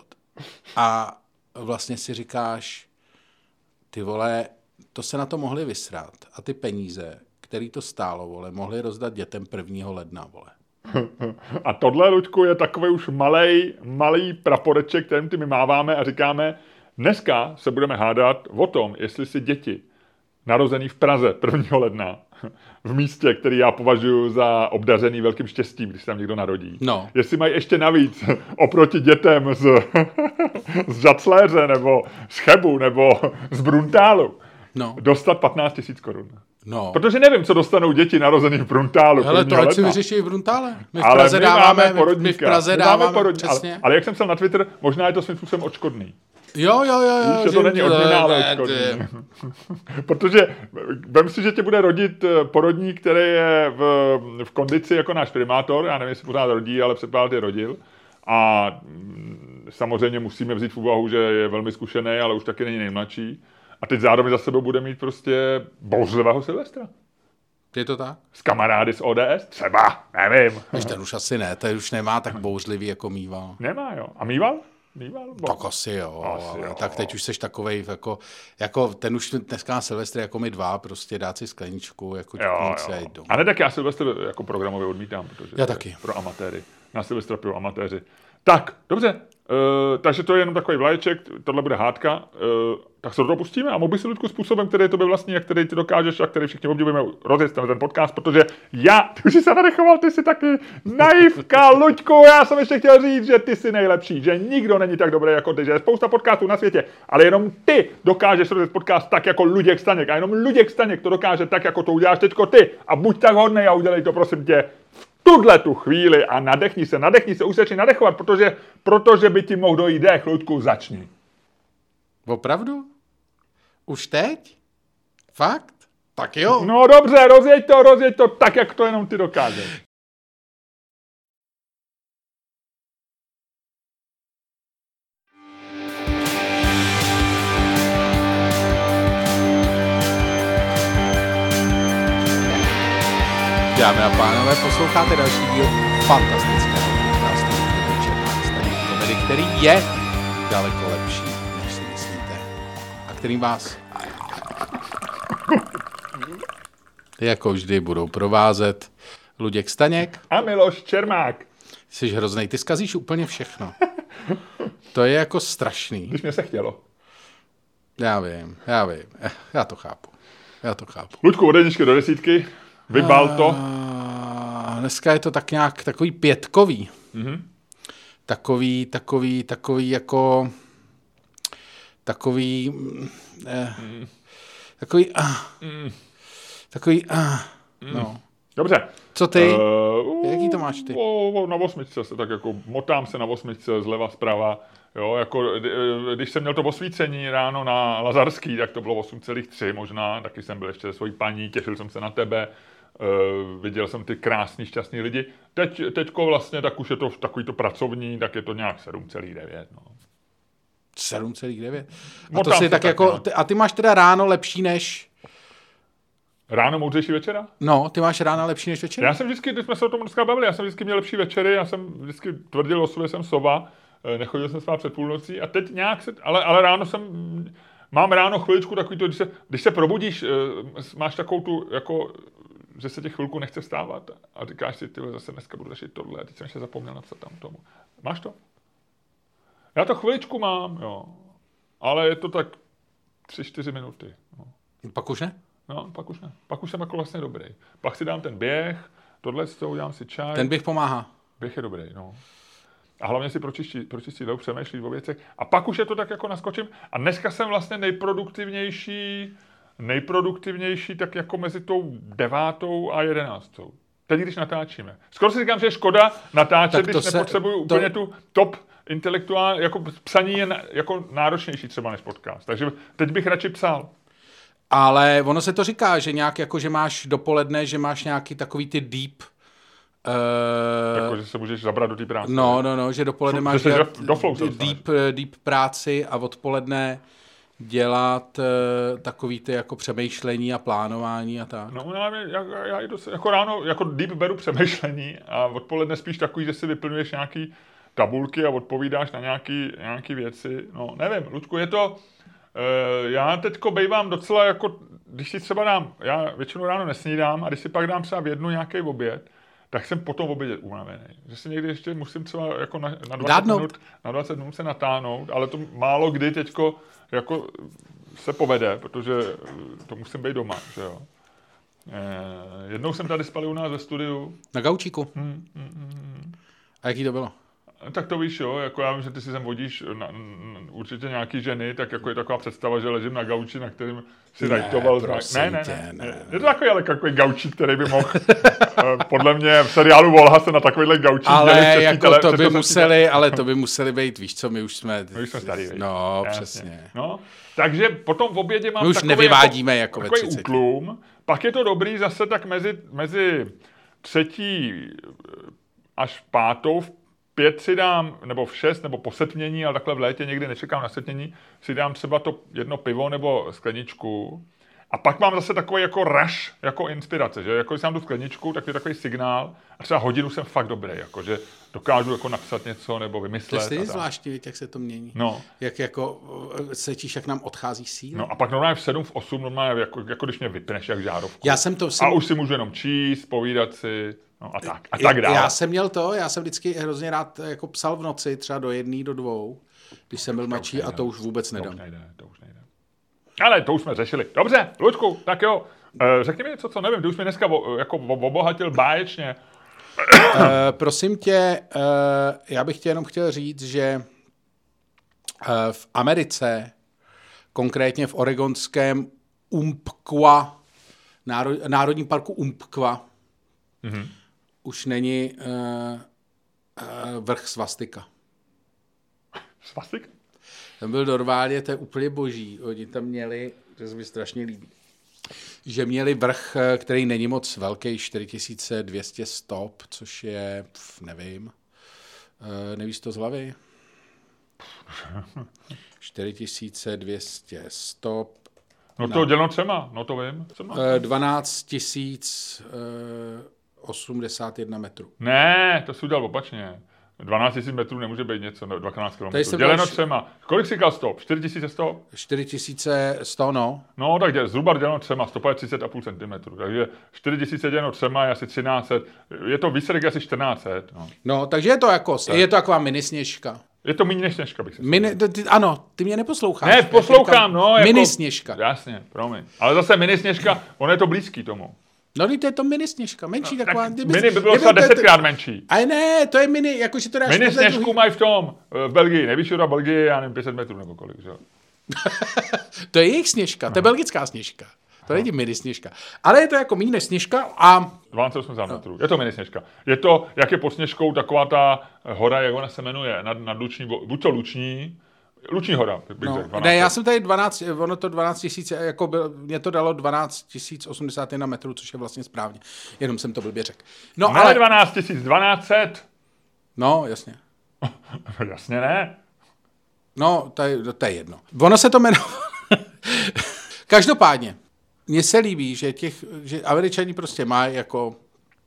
A vlastně si říkáš, ty vole, to se na to mohli vysrát a ty peníze, který to stálo, vole, mohli rozdat dětem prvního ledna, vole. A tohle, Luďku, je takový už malej, malý praporeček, kterým ty my máváme a říkáme, dneska se budeme hádat o tom, jestli si děti narozený v Praze prvního ledna, v místě, který já považuji za obdařený velkým štěstím, když se tam někdo narodí. No. Jestli mají ještě navíc oproti dětem z, z Žacléře, nebo z Chebu, nebo z Bruntálu, no. dostat patnáct tisíc korun. No. Protože nevím, co dostanou děti narozený v Bruntálu. Hele, to ať si vyřeší v Bruntále. My v ale Praze my dáváme, máme porodníka. my v Praze my dáváme, porodníka, přesně. Ale, ale jak jsem psal na Twitter, možná je to svým způsobem odškodný. Jo, jo, jo. jo Víš, že to není odměna, ale odškodný. Protože vem si, že tě bude rodit porodník, který je v, v kondici jako náš primátor, já nevím, jestli pořád rodí, ale předpoklad je rodil. A samozřejmě musíme vzít v úvahu, že je velmi zkušený, ale už taky není nejmladší. A teď zároveň za sebou bude mít prostě bouřlivého Silvestra. Je to tak? S kamarády z O D S? Třeba, nevím. Víš, ten už asi ne, ten už nemá tak bouřlivý, jako mýval. Nemá, jo. A mýval? Mýval? Bo... Tak asi jo, asi ale jo. tak teď už seš takovej, jako, jako ten už dneska na Silvestr jako my dva, prostě dát si skleničku, jako čuknici a jít domů. A ne, tak já Silvestr jako programově odmítám, protože já taky. Pro amatéry. Na Silvestra pijou amatéři. Tak, dobře. Uh, takže to je jenom takový vlaječek, tohle bude hádka. Uh, tak se do toho pustíme a mohl bych si, Ludku, způsobem, který je tobě vlastní a který ty dokážeš a který všichni obdivujeme, rozjet ten podcast, protože já, ty už jsi se nadechoval, ty jsi taky naivka, Luďku, já jsem ještě chtěl říct, že ty jsi nejlepší, že nikdo není tak dobrý jako ty, že je spousta podcastů na světě, ale jenom ty dokážeš rozjet podcast tak jako Luděk Staněk a jenom Luděk Staněk to dokáže tak, jako to uděláš teďko ty a buď tak hodnej a udělej to, prosím tě, tuhle tu chvíli a nadechni se, nadechni se, už začni nadechovat, protože, protože by ti mohl dojít dech, Luďku, začni. Opravdu? Už teď? Fakt? Tak jo. No dobře, rozjeď to, rozjeď to tak, jak to jenom ty dokážeš. Dámy a pánové, posloucháte další díl fantastického podcastu komedy, který je daleko lepší, než si myslíte. A kterým vás jako vždy budou provázet Luděk Staněk a Miloš Čermák. Jsi hroznej, ty zkazíš úplně všechno. To je jako strašný. Když mě se chtělo. Já vím, já vím, já to chápu. Já to chápu. Luďku, od jedničky do desítky. Vybal to. A dneska je to tak nějak takový pětkový. Mm-hmm. Takový, takový, takový jako takový eh, mm. takový ah, mm. takový ah, mm. no. Dobře. Co ty? Uh, Jaký to máš ty? O, o, na osmičce se tak jako motám se na osmičce zleva zprava. Jo, jako když jsem měl to osvícení ráno na Lazarský, tak to bylo osm celá tři možná, taky jsem byl ještě se svojí paní, těšil jsem se na tebe. Uh, viděl jsem ty krásný, šťastný lidi. Teď, teďko vlastně, tak už je to takový to pracovní, tak je to nějak sedm celá devět. No. sedm celá devět? A to si tak, tak jako, ty, a ty máš teda ráno lepší než... Ráno moudřejší večera? No, ty máš ráno lepší než večera? Já jsem vždycky, když jsme se o tom dneska bavili, já jsem vždycky měl lepší večery, já jsem vždycky tvrdil o sobě, jsem sova, nechodil jsem spát před půlnocí a teď nějak se, ale, ale ráno jsem, mám ráno chviličku takový to, když se, když se probudíš, máš takovou tu, jako, že se těch chvilku nechce vstávat a říkáš si, tyhle, zase dneska budu řešit tohle, a teď jsem ještě zapomněl napsat tam tomu. Máš to? Já to chviličku mám, jo, ale je to tak tři, čtyři minuty. No. Pak už ne? No, pak už ne. Pak už jsem jako vlastně dobrý. Pak si dám ten běh, tohle s tou udělám si čaj. Ten běh pomáhá. Běh je dobrý, no. A hlavně si pročistí, pročistí jdou, přemýšlí o věcech. A pak už je to tak jako naskočím. A dneska jsem vlastně nejproduktivnější, nejproduktivnější tak jako mezi tou devátou a jedenáctou. Teď, když natáčíme. Skoro si říkám, že je škoda natáčet, když se, nepotřebuju to... úplně tu top intelektuální, jako psaní je na, jako náročnější třeba než podcast. Takže teď bych radši psal. Ale ono se to říká, že nějak jako, že máš dopoledne, že máš nějaký takový ty deep... Uh, jako, že se můžeš zabrat do té práce. No, no, no, že dopoledne Co, máš že dělat do, do flow, deep, deep práci a odpoledne dělat uh, takový ty jako přemýšlení a plánování a tak. No, já, já, já dost, jako ráno, jako deep beru přemýšlení a odpoledne spíš takový, že si vyplňuješ nějaký tabulky a odpovídáš na nějaký, nějaký věci. No, nevím, Luďku, je to, uh, já teďko bejvám docela jako, když si třeba dám, já většinou ráno nesnídám a když si pak dám třeba v jednu nějaký oběd, tak jsem potom v obědě unavený. Že si někdy ještě musím třeba jako na, na, dvacet minut, na dvacet minut se natáhnout, ale to málo kdy teďko jako se povede, protože to musím být doma, že jo. Eh, jednou jsem tady spal u nás ve studiu. Na gaučíku? Hmm, hmm, hmm. A jaký to bylo? Tak to víš, jo, jako já vím, že ty si sem vodíš na, na, určitě nějaký ženy, tak jako je taková představa, že ležím na gauči, na kterým si rajtoval. Ne, ne, ne, ne. Je to takový, ale takový gaučík, který by mohl, podle mě v seriálu Volha se na takovýhle gaučík ale jako tele, to by museli, tele... ale to by museli být, víš co, my už jsme... My už jsme starý, no, jasně. Přesně. No, takže potom v obědě mám my už takový, nevyvádíme jako, jako takový útlum, pak je to dobrý zase tak mezi, mezi třetí až pátou, v pět si dám, nebo v šest, nebo po setmění, ale takhle v létě někdy nečekám na setmění, si dám třeba to jedno pivo nebo skleničku. A pak mám zase takový jako rush, jako inspirace, že jako když mám tu skleničku, tak je takový signál a třeba hodinu jsem fakt dobrý, jako že dokážu jako napsat něco nebo vymyslet. To je zvláštní, víte, jak se to mění. No. Jak jako cítíš, jak nám odchází síla. No a pak normálně v sedm, v osm, normálně jako, jako když mě vypneš jak žárovku. Já jsem to... Jsem... A už si můžu jenom číst, povídat si, no a tak. A tak dále. Já jsem měl to, já jsem vždycky hrozně rád jako psal v noci, třeba do jedné, do dvou, když jsem byl mladší a to už vůbec nedám. To už nejde, to už nejde. Ale to už jsme řešili. Dobře, Luďku, tak jo. E, řekni mi něco, co nevím, ty už mi dneska o, jako obohatil báječně. E, prosím tě, e, já bych tě jenom chtěl říct, že e, v Americe, konkrétně v oregonském Umpqua, náro, národním parku Umpqua, mm-hmm. už není e, e, vrch svastika. Svastika? Tam byl normálně, to je úplně boží. Oni tam měli, to se mi strašně líbí, že měli vrch, který není moc velký, čtyři tisíce dvě stě stop, což je, pf, nevím, e, nevíš to z hlavy? čtyři tisíce dvě stě stop. No to dělno třema, no to vím. E, dvanáct tisíc osmdesát jedna metrů. Ne, to jsi udělal opačně. dvanáct tisíc metrů nemůže být něco, dvanáct kilometrů. Děleno byl... třema. Kolik jsi kal stop? čtyři tisíce sto? čtyři tisíce sto, no. No, tak je, zhruba děleno třema, stopa je třicet a půl centimetru. Takže čtyři tisíce děleno třema je asi třináct set. Je to výsledek asi čtrnáct set. No. no, takže je to jako, tak. Je to taková minisněžka. Je to méně než sněžka, bych si Mini, ty, ano, ty mě neposloucháš. Ne, poslouchám, no. Jako, minisněžka. Jasně, promiň. Ale zase minisněžka, ono je to blízký tomu. No, to je to mini sněžka, menší no, taková. Tak kdyby, mini by bylo třeba desetkrát menší. Ale ne, to je mini, jakože to dáš... Mini sněžku druhý... mají v tom, v Belgii, nejvyšší hora Belgie, já nevím, pět set metrů nebo kolik, že jo? To je jejich sněžka, no. To je belgická sněžka. To není no. Mini sněžka. Ale je to jako méně než sněžka a... dvanáct osm metrů. No. Je to mini sněžka. Je to, jak je pod sněžkou, taková ta hora, jak ona se jmenuje, nad, nad Luční, buď to Luční, Luční hora. Bych no, řekl, ne, já jsem tady dvanáct, ono to dvanáct tisíc, jako byl, mě to dalo dvanáct tisíc osmdesát jedna metrů, což je vlastně správně. Jenom jsem to blbě řekl. No, ne ale dvanáct tisíc, dvanáct set. No, jasně. Jasně ne. No, to je, to je jedno. Ono se to jmenuje... Každopádně, mně se líbí, že těch, že Američani prostě mají jako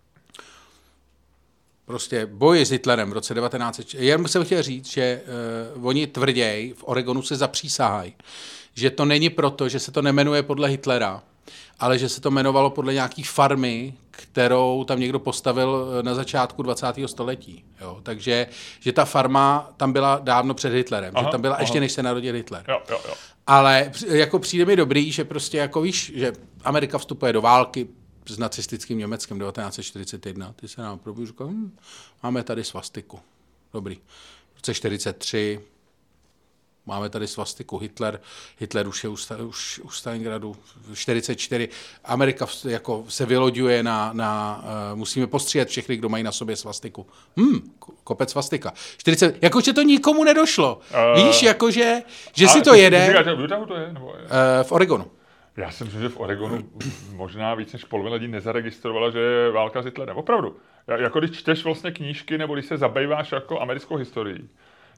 prostě boj s Hitlerem v roce devatenáct set. Já jsem chtěl říct, že uh, oni tvrději v Oregonu se zapřísahají, že to není proto, že se to nemenuje podle Hitlera, ale že se to jmenovalo podle nějaký farmy, kterou tam někdo postavil na začátku dvacátého století. Jo? Takže že ta farma tam byla dávno před Hitlerem, aha, že tam byla aha. ještě než se narodil Hitler. Jo, jo, jo. Ale jako přijde mi dobrý, že prostě jako víš, že Amerika vstupuje do války s nacistickým Německem devatenáct set čtyřicet jedna. Ty se nám probíš, říkal, hm, máme tady svastiku. Dobrý. V roce čtyřicet tři máme tady svastiku. Hitler, Hitler už je u, už, u Stalingradu. čtyřicet čtyři. Amerika jako se vyloďuje na, na uh, musíme postříhat všechny, kdo mají na sobě svastiku. Hm, kopec svastika. čtyřicet, jakože to nikomu nedošlo. Uh, Víš, jakože, že si to jede. V to je? Nebo je? Uh, v Oregonu. Já si myslím, že v Oregonu možná víc než polovina lidí nezaregistrovala, že je válka s Hitlerem. Opravdu. Jako když čteš vlastně knížky, nebo když se zabýváš jako americkou historií,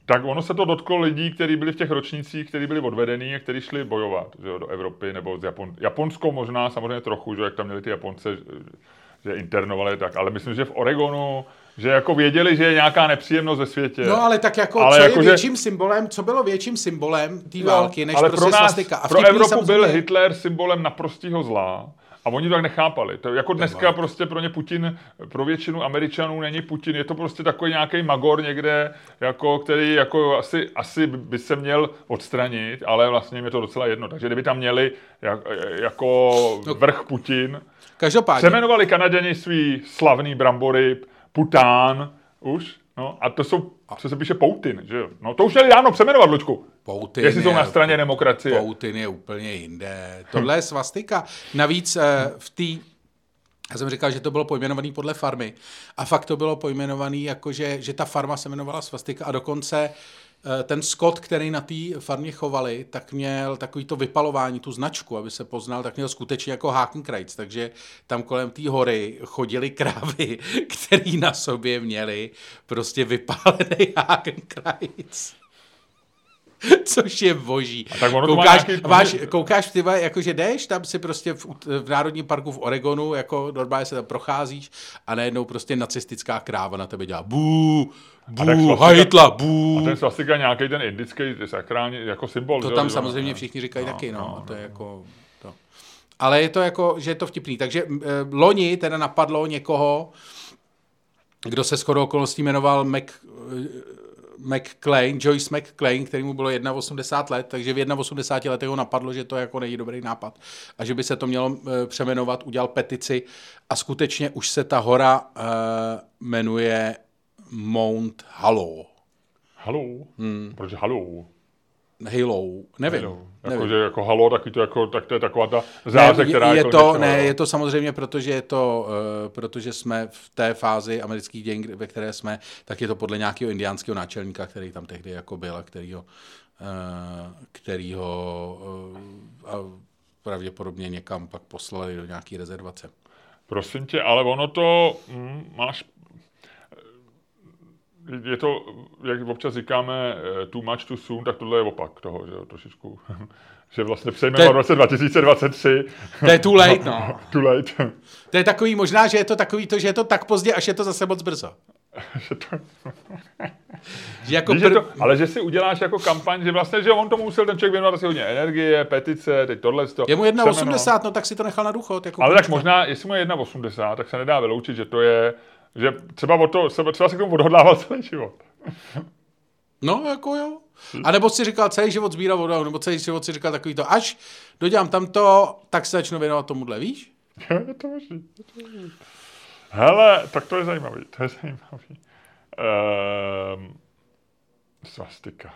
tak ono se to dotklo lidí, kteří byli v těch ročnících, kteří byli odvedení a kteří šli bojovat, že jo, do Evropy nebo z Japon... Japonsko možná samozřejmě trochu, že jak tam měli ty Japonce, že internovali tak, ale myslím, že v Oregonu, že jako věděli, že je nějaká nepříjemnost ve světě. No ale tak jako, ale co jako, je že... větším symbolem, co bylo větším symbolem té války, než ale prostě pro nás, svastika. A pro Evropu samozřejmě... byl Hitler symbolem naprostého zla. A oni to tak nechápali. To jako dneska prostě pro ně Putin, pro většinu Američanů není Putin. Je to prostě takový nějaký magor někde, jako, který jako asi, asi by se měl odstranit, ale vlastně jim je to docela jedno. Takže kdyby tam měli jak, jako vrch Putin. Každopádně. Přemenovali Kanaděni svý slavný brambory Pután už. No, a to jsou, co se píše Poutin, že jo? No, to už měli dávno přemenovat, Luďku. Poutin Jestli je, jsou na straně demokracie. Poutin je úplně jinde. Tohle je svastika. Navíc v té... Já jsem říkal, že to bylo pojmenované podle farmy. A fakt to bylo pojmenované jako, že, že ta farma se jmenovala svastika a dokonce ten skot, který na té farmě chovali, tak měl takový to vypalování, tu značku, aby se poznal, tak měl skutečně jako Hakenkreuz. Takže tam kolem té hory chodili krávy, který na sobě měli prostě vypálený Hakenkreuz. Což je boží. A tak ono koukáš, nějaký... váš, koukáš ty, jakože jdeš, tam si prostě v, v Národním parku v Oregonu, jako normálně se tam procházíš a najednou prostě nacistická kráva na tebe dělá bů, bů, hajtla, bů. A ten svastika nějaký ten indický sakrální jako symbol. To že? tam že? samozřejmě všichni říkají no, taky, no, no, a to je no. jako... To. Ale je to jako, že je to vtipný. Takže eh, loni teda napadlo někoho, kdo se shodou okolností jmenoval Mac... Eh, McClain, Joyce McClain, který mu bylo osmdesát jedna let, takže v osmdesáti letech ho napadlo, že to jako není dobrý nápad a že by se to mělo e, přeměnovat, udělal petici a skutečně už se ta hora e, jmenuje Mount Hallow. Hallow? Hmm. Proč Hallow? Halo, nevím. Halo. nevím. Jako, že jako halo, taky to, jako, tak to je taková ta záře, ne, která je jako to, něčeho, ne, jo. je to samozřejmě, protože je to, uh, protože jsme v té fázi amerických dějin, ve které jsme, tak je to podle nějakého indiánského náčelníka, který tam tehdy jako byl a kterýho, uh, kterýho uh, a pravděpodobně někam pak poslali do nějaké rezervace. Prosím tě, ale ono to, hm, máš, je to, jak občas říkáme, too much too soon, tak tohle je opak toho, že jo, trošičku. Že vlastně přejmeme v roce dva tisíce dvacet tři. To je too late, no. Too late. To je takový, možná, že je to takový to, že je to tak pozdě, až je to zase moc brzo. že to... že jako Víš, pr... že to, ale že si uděláš jako kampaň, že vlastně, že on tomu musel ten člověk věnovat asi hodně energie, petice, teď tohle. Je mu jedna osmdesát, no tak si to nechal na důchod. Jako ale tak možná, jestli mu je jedna osmdesát, tak se nedá vyloučit, že to je, že třeba, o to, třeba se k tomu odhodlával celý život. No, jako jo. A nebo si říkal celý život sbíral vodu, nebo celý život si říkal takový to, až dodělám tamto, tak se začnu věnovat tomuhle, víš? Je to možný. Hele, tak to je zajímavý, to je zajímavý. Ehm, svastika.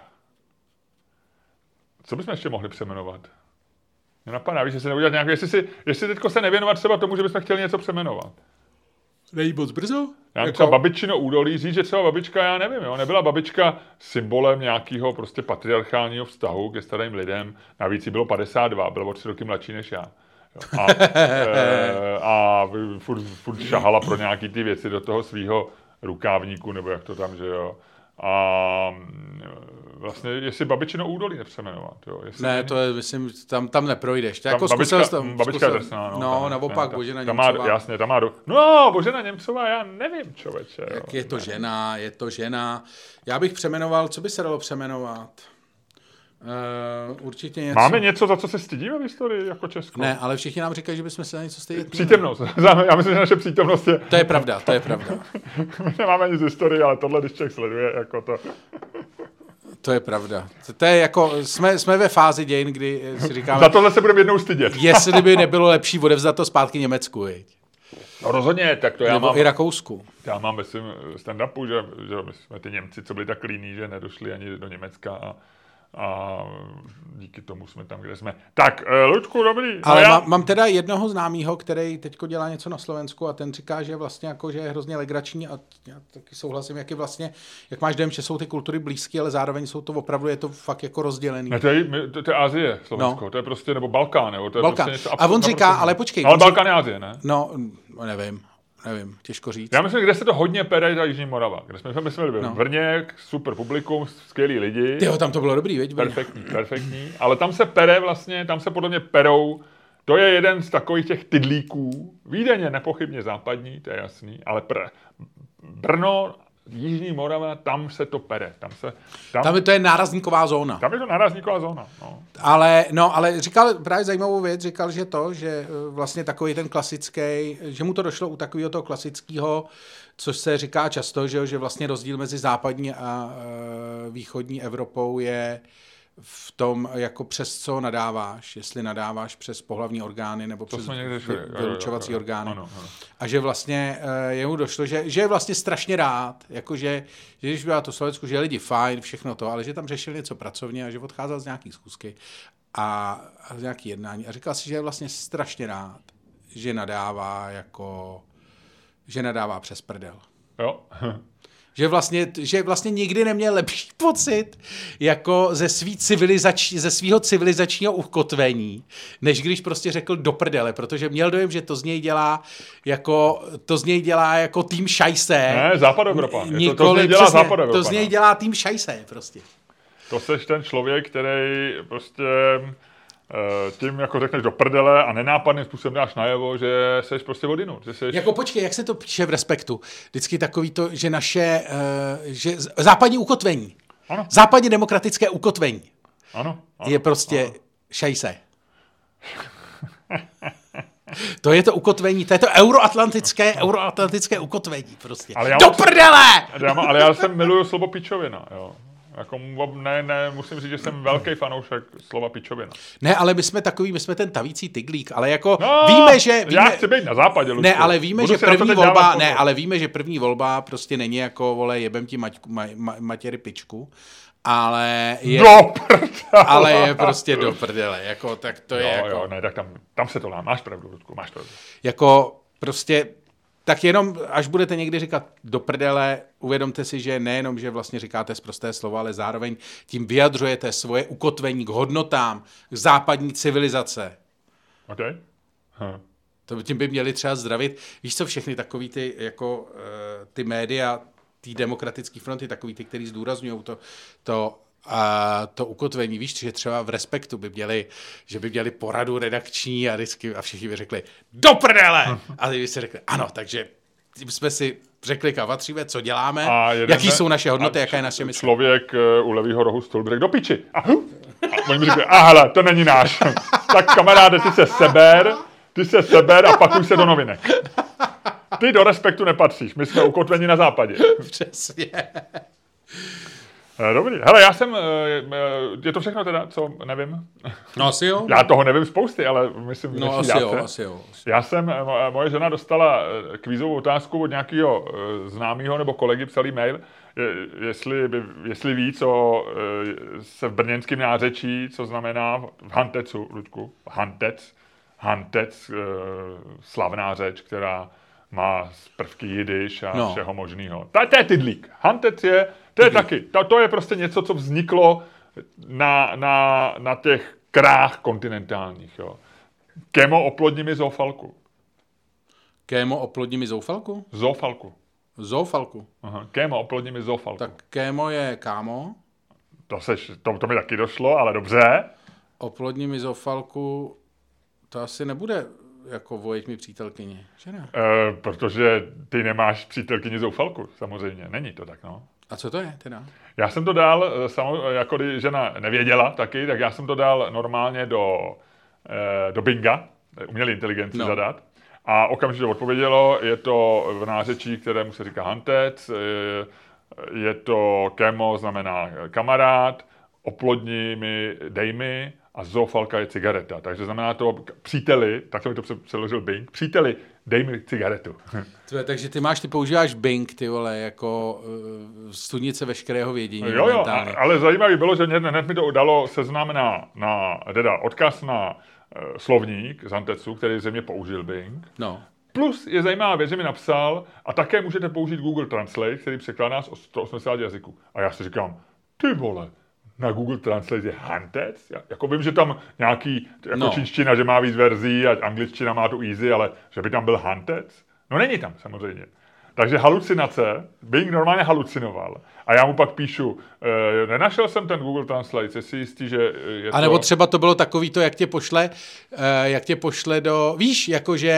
Co bychom ještě mohli přeměnovat? Mě napadá, víš, jestli neudělat nějaké, jestli, si, jestli teďko se nevěnovat třeba tomu, že bychom chtěli něco přeměnovat. Nejí moc brzo? Já jako... třeba babičino údolí, říct, že třeba babička, já nevím, jo, nebyla babička symbolem nějakého prostě patriarchálního vztahu ke starým lidem, navíc jí bylo padesát dva, bylo o tři roky mladší než já. Jo. A, e, a furt, furt šahala pro nějaký ty věci do toho svýho rukávníku, nebo jak to tam, že jo. A vlastně, jestli babičino údolí nepřeměnovat, jo. Jestli ne, to je, myslím, tam, tam neprojdeš. To tam jako babička, tam, babička je drsná, no. No, tam, naopak, ne, Božena tam Němcová. Má, jasně, tam má do... No, Božena Němcová, já nevím, člověče. Jo. Jak je to žena, je to žena. Já bych přeměnoval, co by se dalo přeměnovat? Uh, určitě něco. Máme něco, za co se stydíme v historii jako Česko? Ne, ale všichni nám říkají, že bychom se na něco stydět. Přítomnost. Já myslím, že naše přítomnost je... To je pravda, to je pravda. My nemáme nic z historie, ale tohle, když člověk sleduje, jako to... To je pravda. To, to je jako, jsme, jsme ve fázi dějin, kdy si říkáme... Za tohle se budeme jednou stydět. Jestli by nebylo lepší odevzdat to zpátky Německu, viď? No rozhodně, tak to já Nebo mám... i Rakousku. Já mám ve svém stand-upu, že, že my jsme ty Němci, co byli tak líní, že nedošli ani do Německa a... A díky tomu jsme tam, kde jsme. Tak, Luďku, dobrý. Ale já... mám, mám teda jednoho známýho, který teďko dělá něco na Slovensku a ten říká, že vlastně jako, že je hrozně legrační a já taky souhlasím, jak je vlastně, jak máš dojem, že jsou ty kultury blízké, ale zároveň jsou to opravdu, je to fakt jako rozdělený. Ne, to je, to, to je Asie, Slovensko, no. To je prostě, nebo Balkán, nebo to je Balkán. prostě něco a on říká, prostě... ale počkej. No, ale on Balkán říká, je Asie, ne? No, nevím. Nevím, těžko říct. Já myslím, kde se to hodně pere, ta Jižní Morava. Kde jsme, my jsme byli No. v Brně, super publikum, skvělí lidi. Tyjo, tam to bylo dobrý, viď? Perfektní, perfektní. Ale tam se pere vlastně, tam se podle mě perou, to je jeden z takových těch tydlíků, Vídeň nepochybně západní, to je jasný, ale pr- Brno, Jižní Morava, tam se to pere. Tam, se, tam, Tam je to je nárazníková zóna. tam je to nárazníková zóna. No. Ale, no, ale říkal právě zajímavou věc, říkal, že to, že eh, vlastně takový ten klasický, že mu to došlo u takového toho klasického, což se říká často, že, že vlastně rozdíl mezi západní a e, východní Evropou je v tom, jako přes co nadáváš, jestli nadáváš přes pohlavní orgány nebo To přes jsme někde vy- šli. vylučovací Jo, jo, jo. orgány. Ano, ano. A že vlastně e, jemu došlo, že, že je vlastně strašně rád, jakože, že když byla to Slovensku, že je lidi fajn, všechno to, ale že tam řešil něco pracovně a že odcházel z nějaký schůzky a, a z nějaký jednání. A říkal si, že je vlastně strašně rád, že nadává jako, že nadává přes prdel. Jo. Že vlastně, že vlastně nikdy neměl lepší pocit jako ze, svý civilizač, ze svýho civilizačního ukotvení, než když prostě řekl do prdele, protože měl dojem, že to z něj dělá jako, to z něj dělá jako tým šajse. Ne, Západoevropa. Je to- to z něj Nikoli, dělá přesně, Západoevropa, to z něj no. dělá tým šajse prostě. To seš ten člověk, který prostě eh, tím, jako řekneš do prdele a nenápadným způsobem dáš najevo, že seš prostě odinut. Že seš... Jako počkej, jak se to píše v Respektu? Vždycky takový to, že naše, uh, že z- západní ukotvení, Ano, západně demokratické ukotvení ano, ano. je prostě šajse. To je to ukotvení, to je to euroatlantické, euroatlantické ukotvení prostě. Ale já Do mám- prdele! Já má, ale já jsem miluju slovo pičovina, jo. Jako, ne, ne, musím říct, že jsem velký fanoušek slova pičovina. Ne, ale my jsme takový, my jsme ten tavící tyglík, ale jako No, víme, že... Víme, já chci být na západě, Lučku. ne, ale víme, Budu že si na to první teď dávat volba, pozor. ne, ale víme, že první volba prostě není jako, vole, jebem ti maťku, ma, ma, matěry pičku, ale je, Do prdele. ale je prostě do prdele, jako, tak to je Jo, jako... jo, ne, tak tam, tam se to dá. Máš pravdu, Lučku, máš pravdu. Jako prostě, tak jenom, až budete někdy říkat do prdele, uvědomte si, že nejenom, že vlastně říkáte sprosté slovo, ale zároveň tím vyjadřujete svoje ukotvení k hodnotám, k západní civilizace. OK? Hm. To tím by měli třeba zdravit. Víš co, všechny takový ty, jako uh, ty média, ty demokratické fronty, takový ty, který zdůrazňují to, to a to ukotvení, víš, že třeba v Respektu by měli, že by měli poradu redakční a vždycky, a všichni by řekli do prdele! A ty by si řekli, ano, takže tím jsme si řekli, kam patříme, co děláme, A jeden jaký ne- jsou naše hodnoty, a jaká je naše mysl. Člověk uh, u levýho rohu stolu by řekl do piči. A, a oni mi řekli, a hele, to není náš. Tak kamaráde, ty se seber, ty se seber a pakuj se do novinek. Ty do Respektu nepatříš, my jsme ukotveni na západě. Přesně. Eh, Dobrý. Hele, já jsem, eh, eh, je to všechno teda, co nevím? No asi jo. Já toho nevím spousty, ale myslím, v No dnešní asi jo, dávce. asi jo. Já jsem, eh, mo- moje žena dostala eh, kvízovou otázku od nějakého eh, známého nebo kolegy, psal jí mail, je- jestli, by, jestli ví, co eh, se v brněnském nářečí, co znamená v Hantecu, Ludku, Hantec, Hantec, eh, slavná řeč, která má prvky jidiš a No. všeho možného. To, to je tydlík. Hantec je, to je taky, to, to je prostě něco, co vzniklo na, na, na těch krách kontinentálních, jo. Kémo, oplodni mi zoofalku. Kémo, oplodni mi zoufalku? Zoofalku. Zoufalku. Aha. Kémo, oplodni mi zoofalku. Tak kémo je kámo, To, seš, to, to mi taky došlo, ale dobře. oplodni mi zoufalku, to asi nebude jako vojď mi přítelkyně, že ne? E, protože ty nemáš přítelkyni zoufalku, samozřejmě. Není to tak, no. A co to je teda? Já jsem to dal, eh, samo, jako když žena nevěděla taky, tak já jsem to dal normálně do, eh, do Binga, eh, umělé inteligenci No. zadat. A okamžitě odpovědělo, je to v nářečí, kterému se říká hantec, eh, je to kémo, znamená kamarád, oplodni mi, dej mi, a zoofalka je cigareta. Takže znamená to k- příteli, tak jsem mi to přeložil Bing, příteli, dej mi cigaretu. Tve, takže ty máš, ty používáš Bing, ty vole, jako uh, studnice veškerého vědění. Jo, jo, a, momentálně. ale zajímavé bylo, že hned mi to dalo seznam na, na teda odkaz na uh, slovník z Hantecu, který země použil Bing. No. Plus je zajímavá věc, že mi napsal, a také můžete použít Google Translate, který překládá z sto osmdesát jazyků. A já si říkám, ty vole, na Google Translate je Hantec? Já, jako vím, že tam nějaký, jako No. čínština, že má víc verzí a angličtina má tu easy, ale že by tam byl Hantec? No není tam samozřejmě. Takže halucinace, Bing normálně halucinoval. A já mu pak píšu, e, nenašel jsem ten Google Translate, jsi jistý, že je to... A nebo třeba to bylo takový to, jak tě pošle, e, jak tě pošle do... Víš, jakože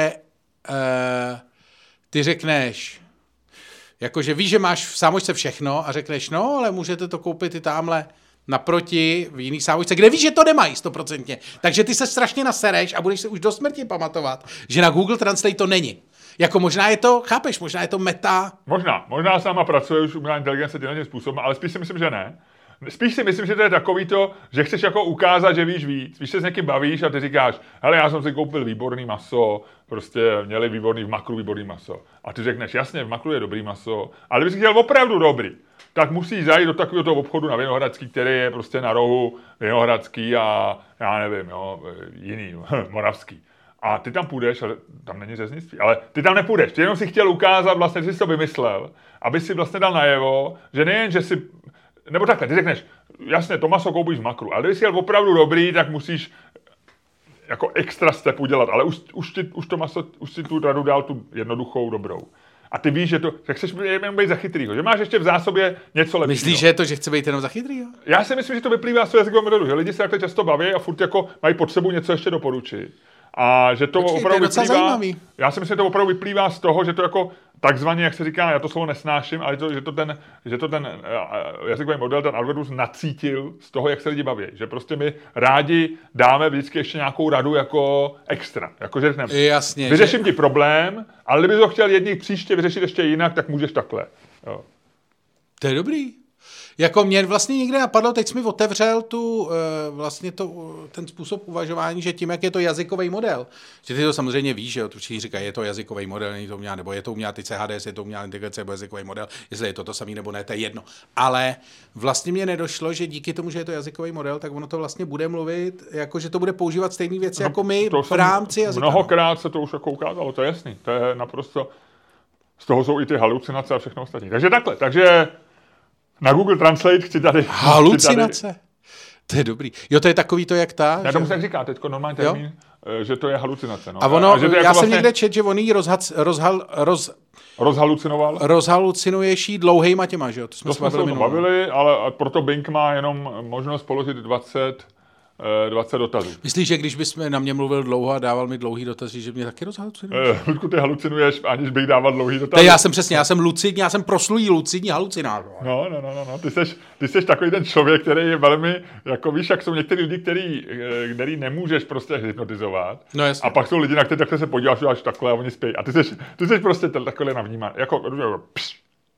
e, ty řekneš, jakože víš, že máš v sámočce všechno a řekneš, no, ale můžete to koupit i tamhle naproti v jiný sámočce, kde víš, že to nemají stoprocentně. Takže ty se strašně nasereš a budeš se už do smrti pamatovat, že na Google Translate to není. Jako možná je to, chápeš, možná je to meta. Možná, možná s náma pracuje už umělá inteligence tímhle způsobem, ale spíš si myslím, že ne. Spíš si myslím, že to je takový to, že chceš jako ukázat, že víš víc. Víš, se s někým bavíš a ty říkáš, hele, já jsem si koupil výborný maso, prostě měli výborný v Makru výborný maso. A ty řekneš, jasně, v Makru je dobrý maso, ale kdybys chtěl opravdu dobrý, tak musíš zajít do takového toho obchodu na Vinohradský, který je prostě na rohu Vinohradský a já nevím, jo, jiný, moravský. A ty tam půjdeš, ale tam není řeznictví, ale ty tam nepůjdeš. Ty jenom si chtěl ukázat, vlastně, že jsi to vymyslel, aby si vlastně dal najevo, že nejen, že si, nebo takhle, ty řekneš, jasně, to maso koupíš v Makru, ale když jsi jel opravdu dobrý, tak musíš jako extra step udělat, ale už, už, ti, už to maso, už si tu radu dal tu jednoduchou, dobrou. A ty víš, že to, že chceš jenom být za chytrýho, že máš ještě v zásobě něco lepšího. Myslíš, že je to, že chce být jenom za chytrýho? Já si myslím, že to vyplývá z toho jazykového modelu, že lidi se takhle často baví a furt jako mají pod sebou něco ještě doporučit. A že to Počkej, opravdu to je vyplývá, já si myslím, že to opravdu vyplývá z toho, že to jako takzvaně, jak se říká, já to slovo nesnáším, ale to, že to ten, že to ten jazykový model, ten algoritmus nacítil z toho, jak se lidi baví. Že prostě my rádi dáme vždycky ještě nějakou radu jako extra. Jako, že řekneme, jasně, vyřeším že... ti problém, ale kdybys ho chtěl jedný příště vyřešit ještě jinak, tak můžeš takhle. Jo. To je dobrý. Jako mě vlastně někde napadlo, teď jsi mi otevřel tu, vlastně to, ten způsob uvažování, že tím, jak je to jazykový model, že ty to samozřejmě víš, že jo, tu všichni říkají, je to jazykový model, není to umělá, nebo je to umělá ty C H D, je to umělá integrace, nebo jazykový model, jestli je to to samý nebo ne, to je jedno. Ale vlastně mě nedošlo, že díky tomu, že je to jazykový model, tak ono to vlastně bude mluvit, jako že to bude používat stejné věci, no, jako my v rámci jazyka. Mnohokrát se to už jako ukázalo, to je jasný, to je naprosto, z toho jsou i ty halucinace a všechno ostatní. Takže takhle, takže na Google Translate chci tady... Halucinace? Chci tady... To je dobrý. Jo, to je takový to, jak ta... Já tomu se tak říká, teďko normální termín, jo? Že to je halucinace. No. A ono, a že to já jako jsem vlastně... někde čet, že on jí rozhac, rozhal, roz... rozhalucinoval. Rozhalucinuješ jí dlouhejma těma, že jo? To jsme, to se jsme se o tom bavili, ale proto Bing má jenom možnost položit dvacet, dvacet dotazů. Myslíš, že když bys na mě mluvil dlouho a dával mi dlouhý dotazy, že mě taky rozhalucinuješ? Ludku, ty halucinuješ, aniž bych dával dlouhý dotazy. To já jsem přesně, já jsem lucidní, já jsem proslulý lucidní halucinátor. No, no, no, no, ty seš, ty seš takový ten člověk, který je velmi, jako víš, jak jsou některý lidi, který, který nemůžeš prostě hypnotizovat. No jasně. A pak jsou lidi, na které takhle se podíváš, až takhle a oni spějí. A ty seš, ty seš prostě takhle navnímá. Jako, pš.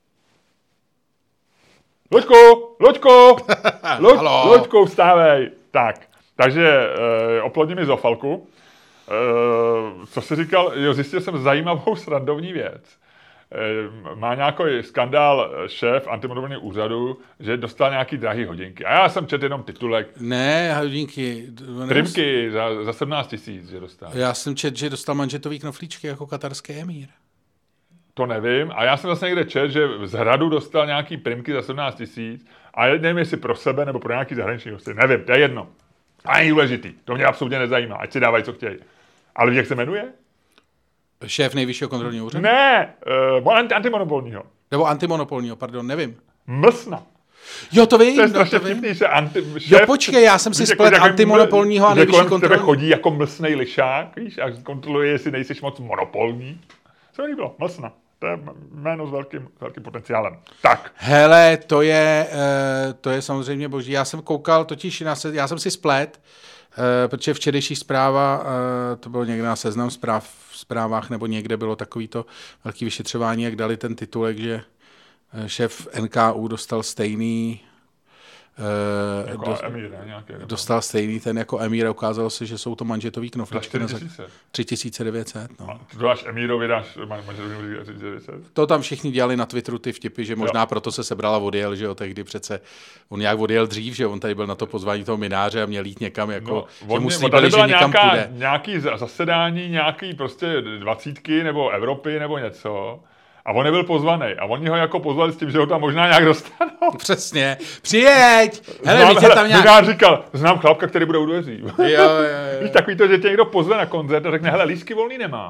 Loďko, Loďko, Loď, Loďko, vstávej. Tak. Takže e, oplodni mi zofalku. E, co jsi říkal? Jo, zjistil jsem zajímavou srandovní věc. E, má nějaký skandál šéf antimonopolního úřadu, že dostal nějaký drahý hodinky. A já jsem četl jenom titulek. Ne, hodinky. Trimky za, za sedmnáct tisíc, že dostal. Já jsem četl, že dostal manžetový knoflíčky jako katarský emír. To nevím. A já jsem zase někde četl, že z Hradu dostal nějaký primky za sedmnáct tisíc. A nevím, jestli pro sebe nebo pro nějaký zahraniční hosty. Nevím, to je jedno. A není důležitý. To mě absolutně nezajímá. Ať si dávají, co chtějí. Ale jak se jmenuje? Šéf nejvyššího kontrolního úřadu? Ne, uh, anti- antimonopolního. Nebo antimonopolního, pardon, nevím. Mlsna. Jo, to vím. To je strašně no, vtipný, že anti... šéf, jo, počkej, já jsem si splet jako, antimonopolního a nejvyšší kontrolního. Že kolem tebe chodí jako mlsnej lišák, víš, a kontroluje, jestli nejsiš moc monopolní. Co mi líbilo? Mlsna. To je jméno s velkým, velkým potenciálem. Tak. Hele, to je, uh, to je samozřejmě boží. Já jsem koukal, totiž na se, já jsem si splet, uh, protože včerejší zpráva, uh, to bylo někde na Seznam zpráv, v zprávách, nebo někde bylo takovýto velký vyšetřování, jak dali ten titulek, že šéf N K U dostal stejný Uh, jako do, emír, ne? Nějaký, dostal stejný ten jako emír a ukázalo se, že jsou to manžetový knoflíčky. tři tisíce devět set. No. A to dáš emírovi, dáš manžetový tři tisíce devět set? To tam všichni dělali na Twitteru ty vtipy, že možná jo. Proto se sebrala odjel, že jo, tehdy přece on nějak odjel dřív, že on tady byl na to pozvání toho mináře a měl jít někam, jako, no, že mu slíbili, že někam nějaká, půjde. Nějaký zasedání, nějaký prostě dvacítky nebo Evropy nebo něco. A on nebyl pozvaný. A oni ho jako pozvali s tím, že ho tam možná nějak dostanou. Přesně. Přijeď! Hele, znám, hele, tam nějak... Minář říkal, znám chlapka, který bude u dveří. Jo, jo, jo. Víš, takový to, že tě někdo pozve na koncert a řekne, hele, lístky volný nemám.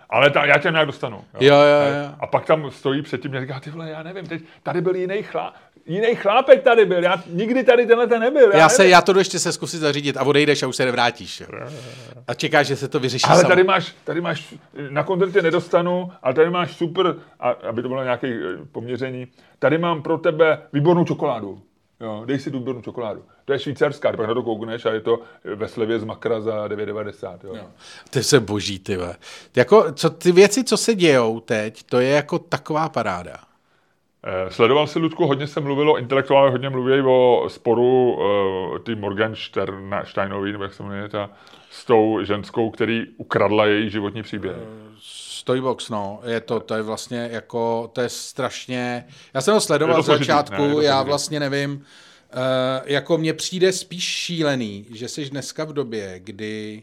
Ale ta, já tě nějak dostanu. Jo, jo, jo. A pak tam stojí předtím a říká, ty vole, já nevím, teď tady byl jiný chlap. Jiný chlápek tady byl, já nikdy tady tenhle ten nebyl. Já, já, se, já to jdu ještě se zkusit zařídit a odejdeš a už se nevrátíš. Jo. A čekáš, že se to vyřeší ale samo. tady máš, tady máš, na koncertě nedostanu, ale tady máš super, a, aby to bylo nějaké poměření, tady mám pro tebe výbornou čokoládu. Jo, dej si tu výbornou čokoládu. To je švýcarská, pak na to koukneš a je to ve slevě z Makra za devět devadesát. Jo. Jo. Ty se boží, ty ve. Jako, co, ty věci, co se dějou teď, to je jako taková paráda. Eh, sledoval si, Ludku, hodně se mluvilo, intelektuálně hodně mluví o sporu uh, ty Morgensteinový, nebo jak se jmenuje, ta, s tou ženskou, který ukradla její životní příběh. Toybox, no, je to, to je vlastně jako, to je strašně, já jsem ho sledoval z začátku, ne, já vlastně nevím, uh, jako mně přijde spíš šílený, že jsi dneska v době, kdy,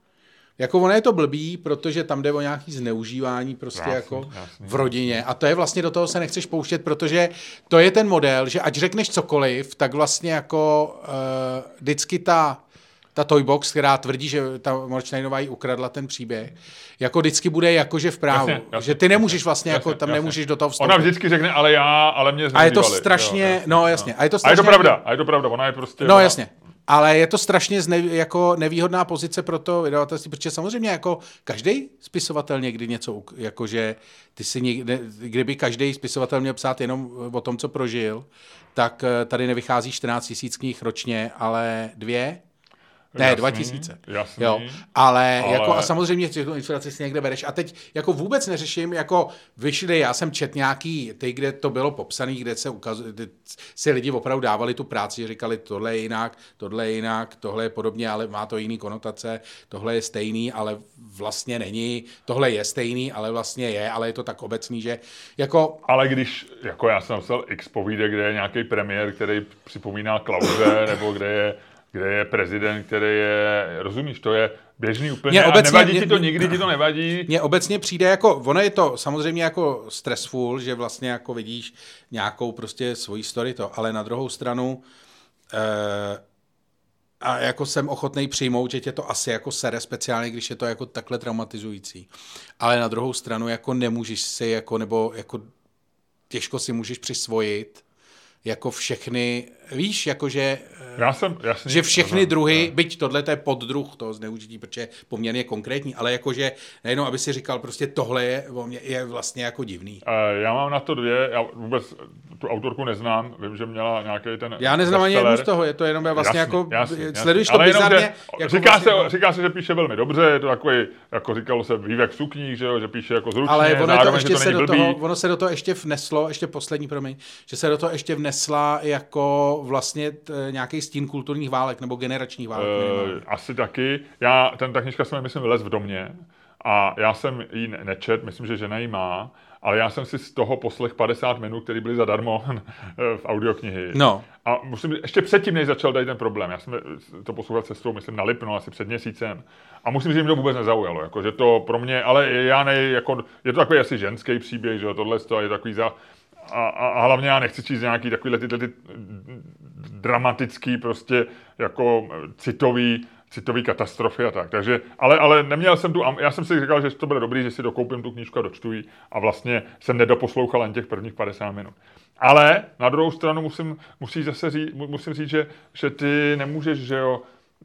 jako ono je to blbý, protože tam jde o nějaký zneužívání prostě jasný, jako jasný. v rodině a to je vlastně, do toho se nechceš pouštět, protože to je ten model, že ať řekneš cokoliv, tak vlastně jako uh, vždycky ta ta Toybox, která tvrdí, že ta Morgensteinová jí ukradla ten příběh, jako vždycky bude jakože v právu. Jasně, jasně, že ty nemůžeš vlastně, jasně, jako tam jasně. nemůžeš do toho vstoupit. Ona vždycky řekne, ale já, ale mě zneužívali. A je to strašně, jo, jasně, no jasně. A je to, strašně, a je to pravda, a je to pravda, ona je prostě... No ona... jasně. Ale je to strašně zne, jako nevýhodná pozice pro to vydavatelství, protože samozřejmě jako každý spisovatel někdy něco, jakože ty si někde, kdyby každý spisovatel měl psát jenom o tom, co prožil, tak tady nevychází čtrnáct tisíc knih ročně, ale dvě. Ne, jasný, dva tisíce. Jasný, jo. Ale, ale... Jako, a samozřejmě tu inspiraci si někde bereš. A teď jako vůbec neřeším, jako vyšli, já jsem čet nějaký, ty, kde to bylo popsané, kde se ukazuje, kde si lidi opravdu dávali tu práci, říkali, tohle je jinak, tohle je jinak, tohle je podobně, ale má to jiný konotace, tohle je stejný, ale vlastně není, tohle je stejný, ale vlastně je, ale je to tak obecný, že jako... Ale když, jako já jsem napsal X povídek, kde je nějaký premiér, který připomíná Klause, nebo kde je kde je prezident, který je, rozumíš, to je běžný úplně a nevadí mě, ti to, nikdy ti to nevadí. Mně obecně přijde jako, ono je to samozřejmě jako stressful, že vlastně jako vidíš nějakou prostě svoji story to, ale na druhou stranu eh, a jako jsem ochotnej přijmout, že tě to asi jako sere, speciálně, když je to jako takhle traumatizující. Ale na druhou stranu jako nemůžeš si jako, nebo jako těžko si můžeš přisvojit jako všechny, víš, jakože, já jsem, jasný, že všechny aha, druhy, aha. byť tohle to je poddruh toho zneužití, protože je poměrně konkrétní, ale jakože nejenom, aby si říkal, prostě tohle je, je vlastně jako divný. Já mám na to dvě, já vůbec tu autorku neznám, vím, že měla nějaký ten Já neznám ani jednu z toho, je to jenom vlastně jasný, jako, jasný, jasný. sleduješ to bizarně. Jako říká, vlastně, se, říká se, že píše velmi dobře, je to takový, jako říkalo se, vývek v sukních, že, jo, že píše jako zručně, ale ono, zároveň, to že to není do blbý. Toho, ono se do toho ještě vneslo, ještě poslední, promiň, že se do toho ještě vnesla jako vlastně t, nějaký stín kulturních válek nebo generačních válek. Uh, asi taky. Já, ten, ta knížka se mi, myslím, vylez v domě a já jsem ji nečet, myslím, že žena ji má, ale já jsem si z toho poslech padesát minut, které byly zadarmo v audioknihy. No. A musím, ještě předtím, než začal tady ten problém, já jsem to poslouchal cestou, myslím, na Lipno, asi před měsícem. A musím říct, že mě to vůbec nezaujalo, jako, že to pro mě, ale já nej, jako, je to takový asi ženský příběh, že tohle je takový za... A, a, a hlavně já nechci číst nějaký takovýhle ty, ty, ty dramatický, prostě jako citový, citový katastrofy a tak. Takže, ale, ale neměl jsem tu, já jsem si říkal, že to bude dobrý, že si dokoupím tu knížku a dočtu ji a vlastně jsem nedoposlouchal jen těch prvních padesát minut. Ale na druhou stranu musím, musím zase říct, musím říct, že, že ty nemůžeš, že jo,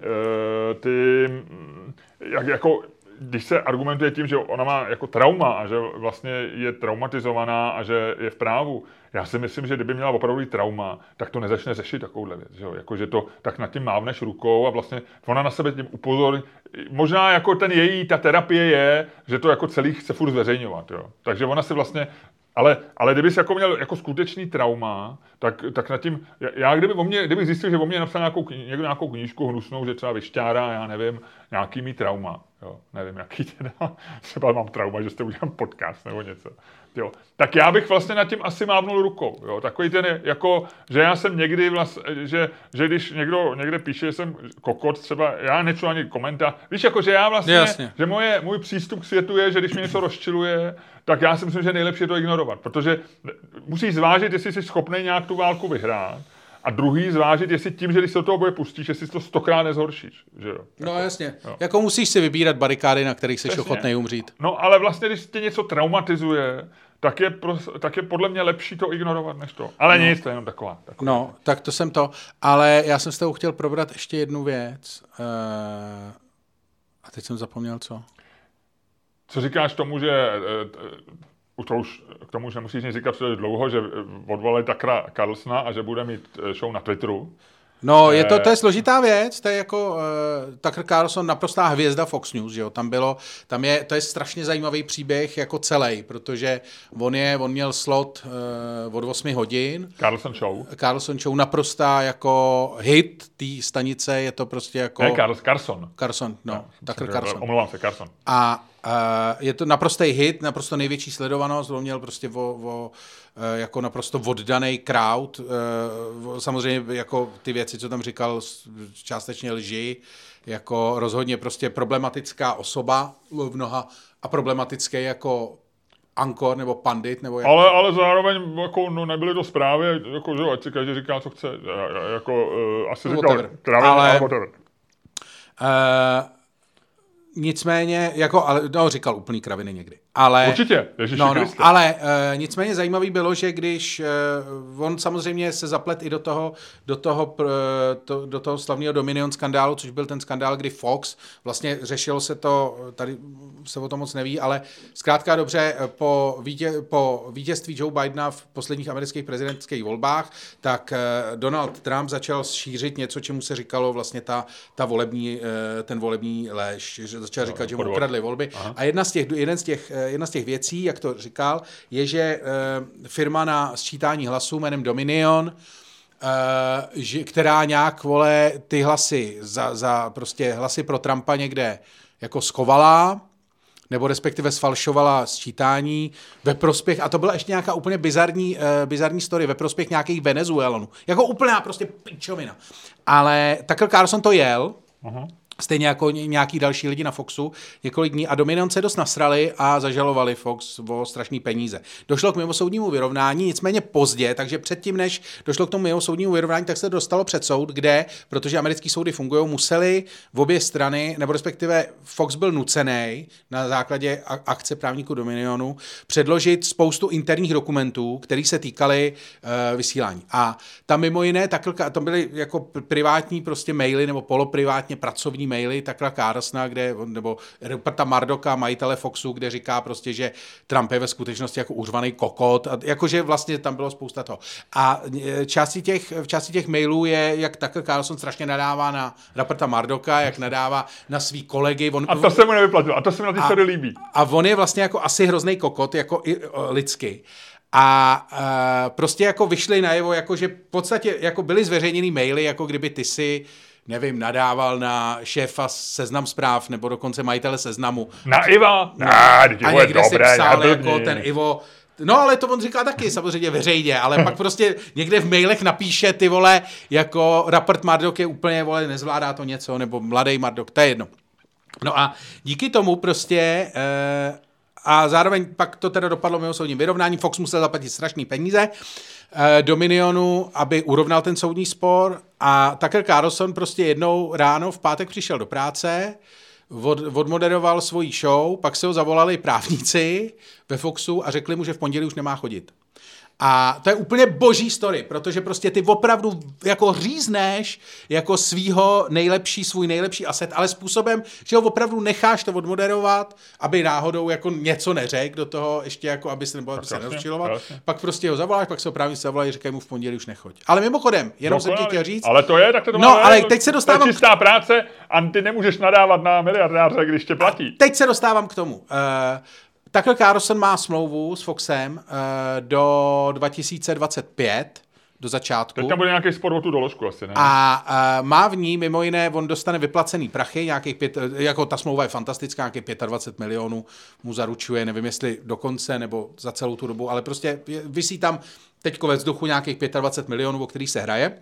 ty, jak, jako, když se argumentuje tím, že ona má jako trauma a že vlastně je traumatizovaná a že je v právu, já si myslím, že kdyby měla opravdu trauma, tak to nezačne řešit takovouhle věc. Že jo? Jako, že to tak nad tím mávneš rukou a vlastně ona na sebe tím upozorní. Možná jako ten její, ta terapie je, že to jako celý chce furt zveřejňovat. Jo? Takže ona si vlastně, ale, ale kdybys jako měl jako skutečný trauma, tak, tak nad tím, já kdyby o mě, kdybych zjistil, že o mě napsal nějakou, někdo nějakou knížku hnusnou, že třeba vyšťárá, já nevím, nějaký mý trauma, jo, nevím, jaký teda, třeba mám trauma, že jste udělám podcast nebo něco, jo, tak já bych vlastně nad tím asi mávnul rukou, jo, takový ten, jako, že já jsem někdy vlastně, že, že když někdo někde píše, že jsem kokot, třeba, já nečtu ani komentář, víš, jako, že já vlastně, Jasně. že moje, můj přístup k světu je, že když mě něco rozčiluje, tak já si myslím, že nejlepší je to ignorovat, protože musíš zvážit, jestli jsi schopný nějak tu válku vyhrát, A druhý zvážit, jestli tím, že když se do toho boje pustíš, jestli to stokrát nezhoršíš. Že jo? No jako, jasně. Jo. Jako musíš si vybírat barikády, na kterých jsi Přesně. ochotnej umřít. No ale vlastně, když tě něco traumatizuje, tak je, pro, tak je podle mě lepší to ignorovat než to. Ale no. nic, to je jenom taková. taková. No, tak to jsem to. Ale já jsem s tebou chtěl probrat ještě jednu věc. Uh, a teď jsem zapomněl, co. Co říkáš tomu, že uh, to už, k tomu už nemusíš nic říkat příliš dlouho, že odvolali Tuckera Carlsona a že bude mít show na Twitteru. No, je to, to je složitá věc, to je jako uh, Tucker Carlson, naprostá hvězda Fox News, že jo, tam bylo, tam je, to je strašně zajímavý příběh jako celý, protože on je, on měl slot uh, od osmi hodin. Carlson Show. Carlson Show, naprostá jako hit té stanice, je to prostě jako... Ne, Carl, Carson. Carson, no, no Tucker Carlson. Omlouvám se, Carson. A uh, je to naprostý hit, naprosto největší sledovanost, on měl prostě o, o jako naprosto oddaný crowd, samozřejmě jako ty věci, co tam říkal, částečně lži, jako rozhodně prostě problematická osoba v mnoha a problematický jako ankor nebo pandit, nebo jak... Ale, ale zároveň jako, no, nebyly to zprávy, jako, že, ať si každý říká, co chce, jako, uh, asi říkal, trávě, ale... whatever. Uh, nicméně, jako, ale, no, říkal úplný kraviny někdy. Ale, určitě, Ježiši no, no, Kriste. ale uh, nicméně zajímavý bylo, že když uh, on samozřejmě se zaplet i do toho, do toho, uh, to, do toho slavného Dominion skandálu, což byl ten skandál, kdy Fox, vlastně řešilo se to, tady se o tom moc neví, ale zkrátka dobře, po, vítě, po vítězství Joe Bidena v posledních amerických prezidentských volbách, tak uh, Donald Trump začal šířit něco, čemu se říkalo vlastně ta, ta volební, uh, ten volební léž, že začal říkat, no, že mu ukradli volby. Aha. A jedna z těch, jeden z těch Jedna z těch věcí, jak to říkal, je, že e, firma na sčítání hlasů jménem Dominion, e, že, která nějak, vole, ty hlasy za, za prostě hlasy pro Trumpa někde jako schovala, nebo respektive sfalšovala sčítání ve prospěch, a to byla ještě nějaká úplně bizarní, e, bizarní story, ve prospěch nějakých Venezuelanů. Jako úplná prostě pičovina. Ale Tucker Carlson to jel, uh-huh. Stejně jako nějaký další lidi na Foxu několik dní a Dominion se dost nasrali a zažalovali Fox o strašný peníze. Došlo k mimosoudnímu vyrovnání, nicméně pozdě, takže předtím, než došlo k tomu mimosoudnímu vyrovnání, tak se dostalo před soud, kde, protože americký soudy fungují, museli v obě strany, nebo respektive Fox byl nucený na základě akce právníků Dominionu předložit spoustu interních dokumentů, které se týkaly uh, vysílání. A tam mimo jiné, tak, tam byly jako privátní prostě maily nebo poloprivátně pracovní maily Tuckera Carlsona, kde, nebo Ruperta Murdocha, majitele Foxu, kde říká prostě, že Trump je ve skutečnosti jako uřvaný kokot, a jakože vlastně tam bylo spousta toho. A části těch, v části těch mailů je, jak Tucker Carlson strašně nadává na Ruperta Murdocha, jak nadává na svý kolegy. On, a to se mu nevyplatilo, a to se mi na té story líbí. A on je vlastně jako asi hrozný kokot, jako i lidsky. A uh, prostě jako vyšli najevo, jako že v podstatě jako byly zveřejněný maily, jako kdyby ty si nevím, nadával na šéfa Seznam zpráv, nebo dokonce majitele Seznamu. Na Iva? No. Nah, a někde si psal jako ten Ivo. No, ale to on říká taky samozřejmě veřejně, ale pak prostě někde v mailech napíše, ty vole, jako Rupert Murdoch je úplně, vole, nezvládá to něco, nebo mladý Murdoch, to je jedno. No a díky tomu prostě... Eh, a zároveň pak to teda dopadlo mimo soudním vyrovnání. Fox musel zaplatit strašný peníze eh, Dominionu, aby urovnal ten soudní spor, a Tucker Carlson prostě jednou ráno v pátek přišel do práce, od, odmoderoval svoji show, pak se ho zavolali právníci ve Foxu a řekli mu, že v pondělí už nemá chodit. A to je úplně boží story, protože prostě ty opravdu jako řízneš jako svýho nejlepší, svůj nejlepší aset, ale způsobem, že ho opravdu necháš to odmoderovat, aby náhodou jako něco neřekl do toho, ještě jako, aby se, nebo aby se nerozčiloval. Pak prostě ho zavoláš, pak se ho právě zavolají, říkají mu v pondělí už nechoď. Ale mimochodem, jenom jsem ti chtěl říct. Ale to je, tak to, to no, ale je, teď se dostávám. To je čistá práce a ty nemůžeš nadávat na miliardáře, když tě platí. A teď se dostávám k tomu. Uh, Tucker Carlson má smlouvu s Foxem uh, do dva tisíce dvacet pět, do začátku. Teď tam bude nějaký spor o tu doložku asi, ne? A uh, má v ní, mimo jiné, on dostane vyplacený prachy, nějakých pět, jako ta smlouva je fantastická, nějakých dvacet pět milionů mu zaručuje, nevím jestli do konce nebo za celou tu dobu, ale prostě visí tam teďko ve vzduchu nějakých dvacet pět milionů, o kterých se hraje.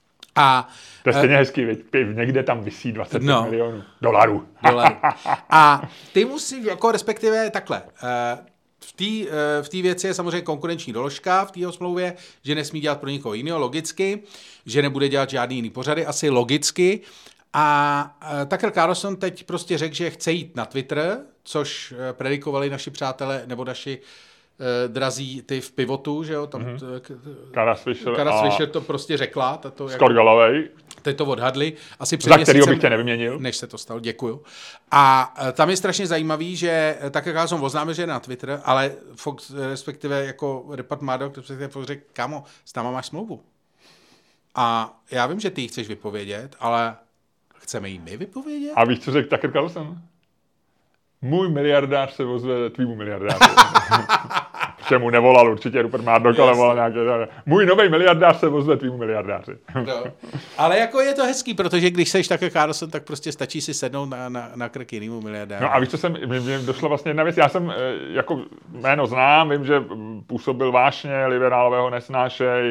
A, to je stejně uh, hezký, někde tam visí dvacet pět no, milionů dolarů. dolarů. A ty musí, jako respektive takhle, uh, v té v té věci je samozřejmě konkurenční doložka v té smlouvě, že nesmí dělat pro nikoho jiného, logicky, že nebude dělat žádný jiný pořady, asi logicky. A Tucker Carlson teď prostě řekl, že chce jít na Twitter, což predikovali naši přátelé, nebo naši uh, drazí ty v Pivotu, že jo, tam mm-hmm. Kara Swisher, Kara Swisher to prostě řekla. Tato, Scott Galloway. Teď to odhadli. Asi před za kterýho měsícem, bych tě nevyměnil. Než se to stalo, děkuju. A tam je strašně zajímavý, že Tucker Carlson oznámil, že je na Twitter, ale Fox, respektive jako Rupert Murdoch, respektive Fox řekl, kámo, s náma máš smlouvu. A já vím, že ty ji chceš vypovědět, ale chceme jí my vypovědět? A víš, co řekl Tucker Carlson? Můj miliardář se ozve tvýmu miliardáři. Protože mu nevolal určitě Rupert Murdoch, ale volal nějaké... Můj nový miliardář se ozve tvýmu miliardáři. No. Ale jako je to hezký, protože když seš Tucker Carlson, tak prostě stačí si sednout na, na, na krk jinému miliardáři. No a víš, co jsem... Mě došla vlastně jedna věc. Já jsem jako jméno znám, vím, že působil vášně, liberálového nesnášej,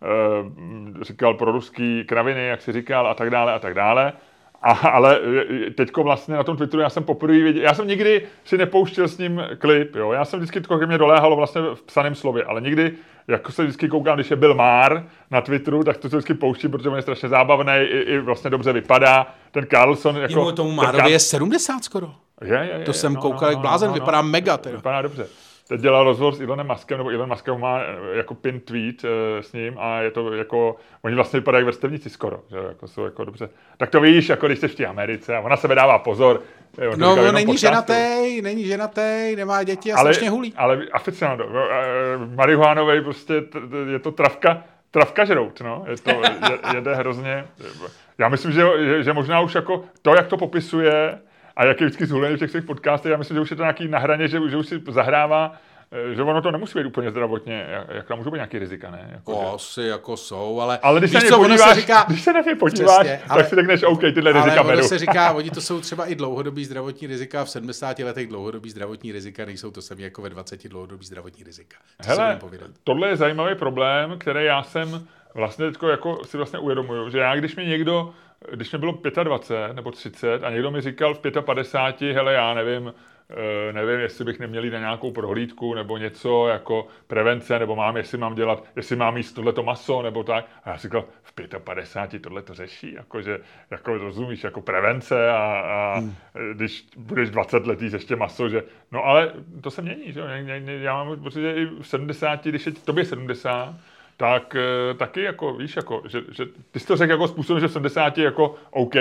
říkal pro ruský kraviny, jak si říkal, a tak dále, a tak dále. A, ale teďko vlastně na tom Twitteru já jsem poprvé viděl, já jsem nikdy si nepouštěl s ním klip, jo, já jsem vždycky, když mě doléhalo vlastně v psaném slově, ale nikdy, jako se vždycky koukám, když je Bill Maher na Twitteru, tak to se vždycky pouštím, protože on je strašně zábavný, i, i vlastně dobře vypadá, ten Carlson, jako... Jemu tomu Maherovi Car... je sedmdesát skoro. Je, je, je. To jsem no, koukal, no, jak no, blázen, no, no, vypadá no, mega teda. Vypadá dobře. Teď dělal rozhovor s Elonem Muskem, nebo Elon Musk má jako pin tweet uh, s ním a je to jako, oni vlastně vypadají jak vrstevníci skoro, že jako jsou jako dobře. Tak to víš, jako když jsi v té Americe a ona se dává pozor. On no, on není ženatý, není ženatý, nemá děti a ale, strašně hulí. Ale oficiálně, no, marihuánovej prostě, t, je to travka, travka žrout, no, je to, je, jede hrozně. Já myslím, že, že, že možná už jako to, jak to popisuje, a jak je vždycky zhulený v těch svých podcastech, já myslím, že už je to nějaký na hraně, že, že už si zahrává, že ono to nemusí být úplně zdravotně, jak, jak tam můžou být nějaký rizika, ne? Jako, o, asi jako jsou, ale... Ale když, víš, se, co, podíváš, se říká, když se na ně podíváš, přesně, tak ale, si řekneš, OK, tyhle rizika beru. Ale ono se říká, oni to jsou třeba i dlouhodobý zdravotní rizika, v sedmdesáti letech dlouhodobý zdravotní rizika, nejsou to samé jako ve dvaceti dlouhodobý zdravotní rizika. Co hele, tohle je zajímavý problém, který já jsem vlastně jako si vlastně uvědomuju, že já, když mi někdo Když mi bylo dvacet pět nebo třicet a někdo mi říkal v padesáti pěti, hele, já nevím, nevím, jestli bych neměl jít na nějakou prohlídku nebo něco jako prevence, nebo mám, jestli mám dělat, jestli mám jíst tohleto maso nebo tak. A já si říkal, v padesáti pěti tohle to řeší, jakože, jako rozumíš, jako prevence a, a hmm. když budeš dvacet let jíst ještě maso, že, no ale to se mění, že jo, já mám pocit, že i v sedmdesáti, když je tobě sedmdesát, tak taky jako, víš, jako, že, že ty jsi to řekl jako způsobem, že v sedmdesáti jako OK.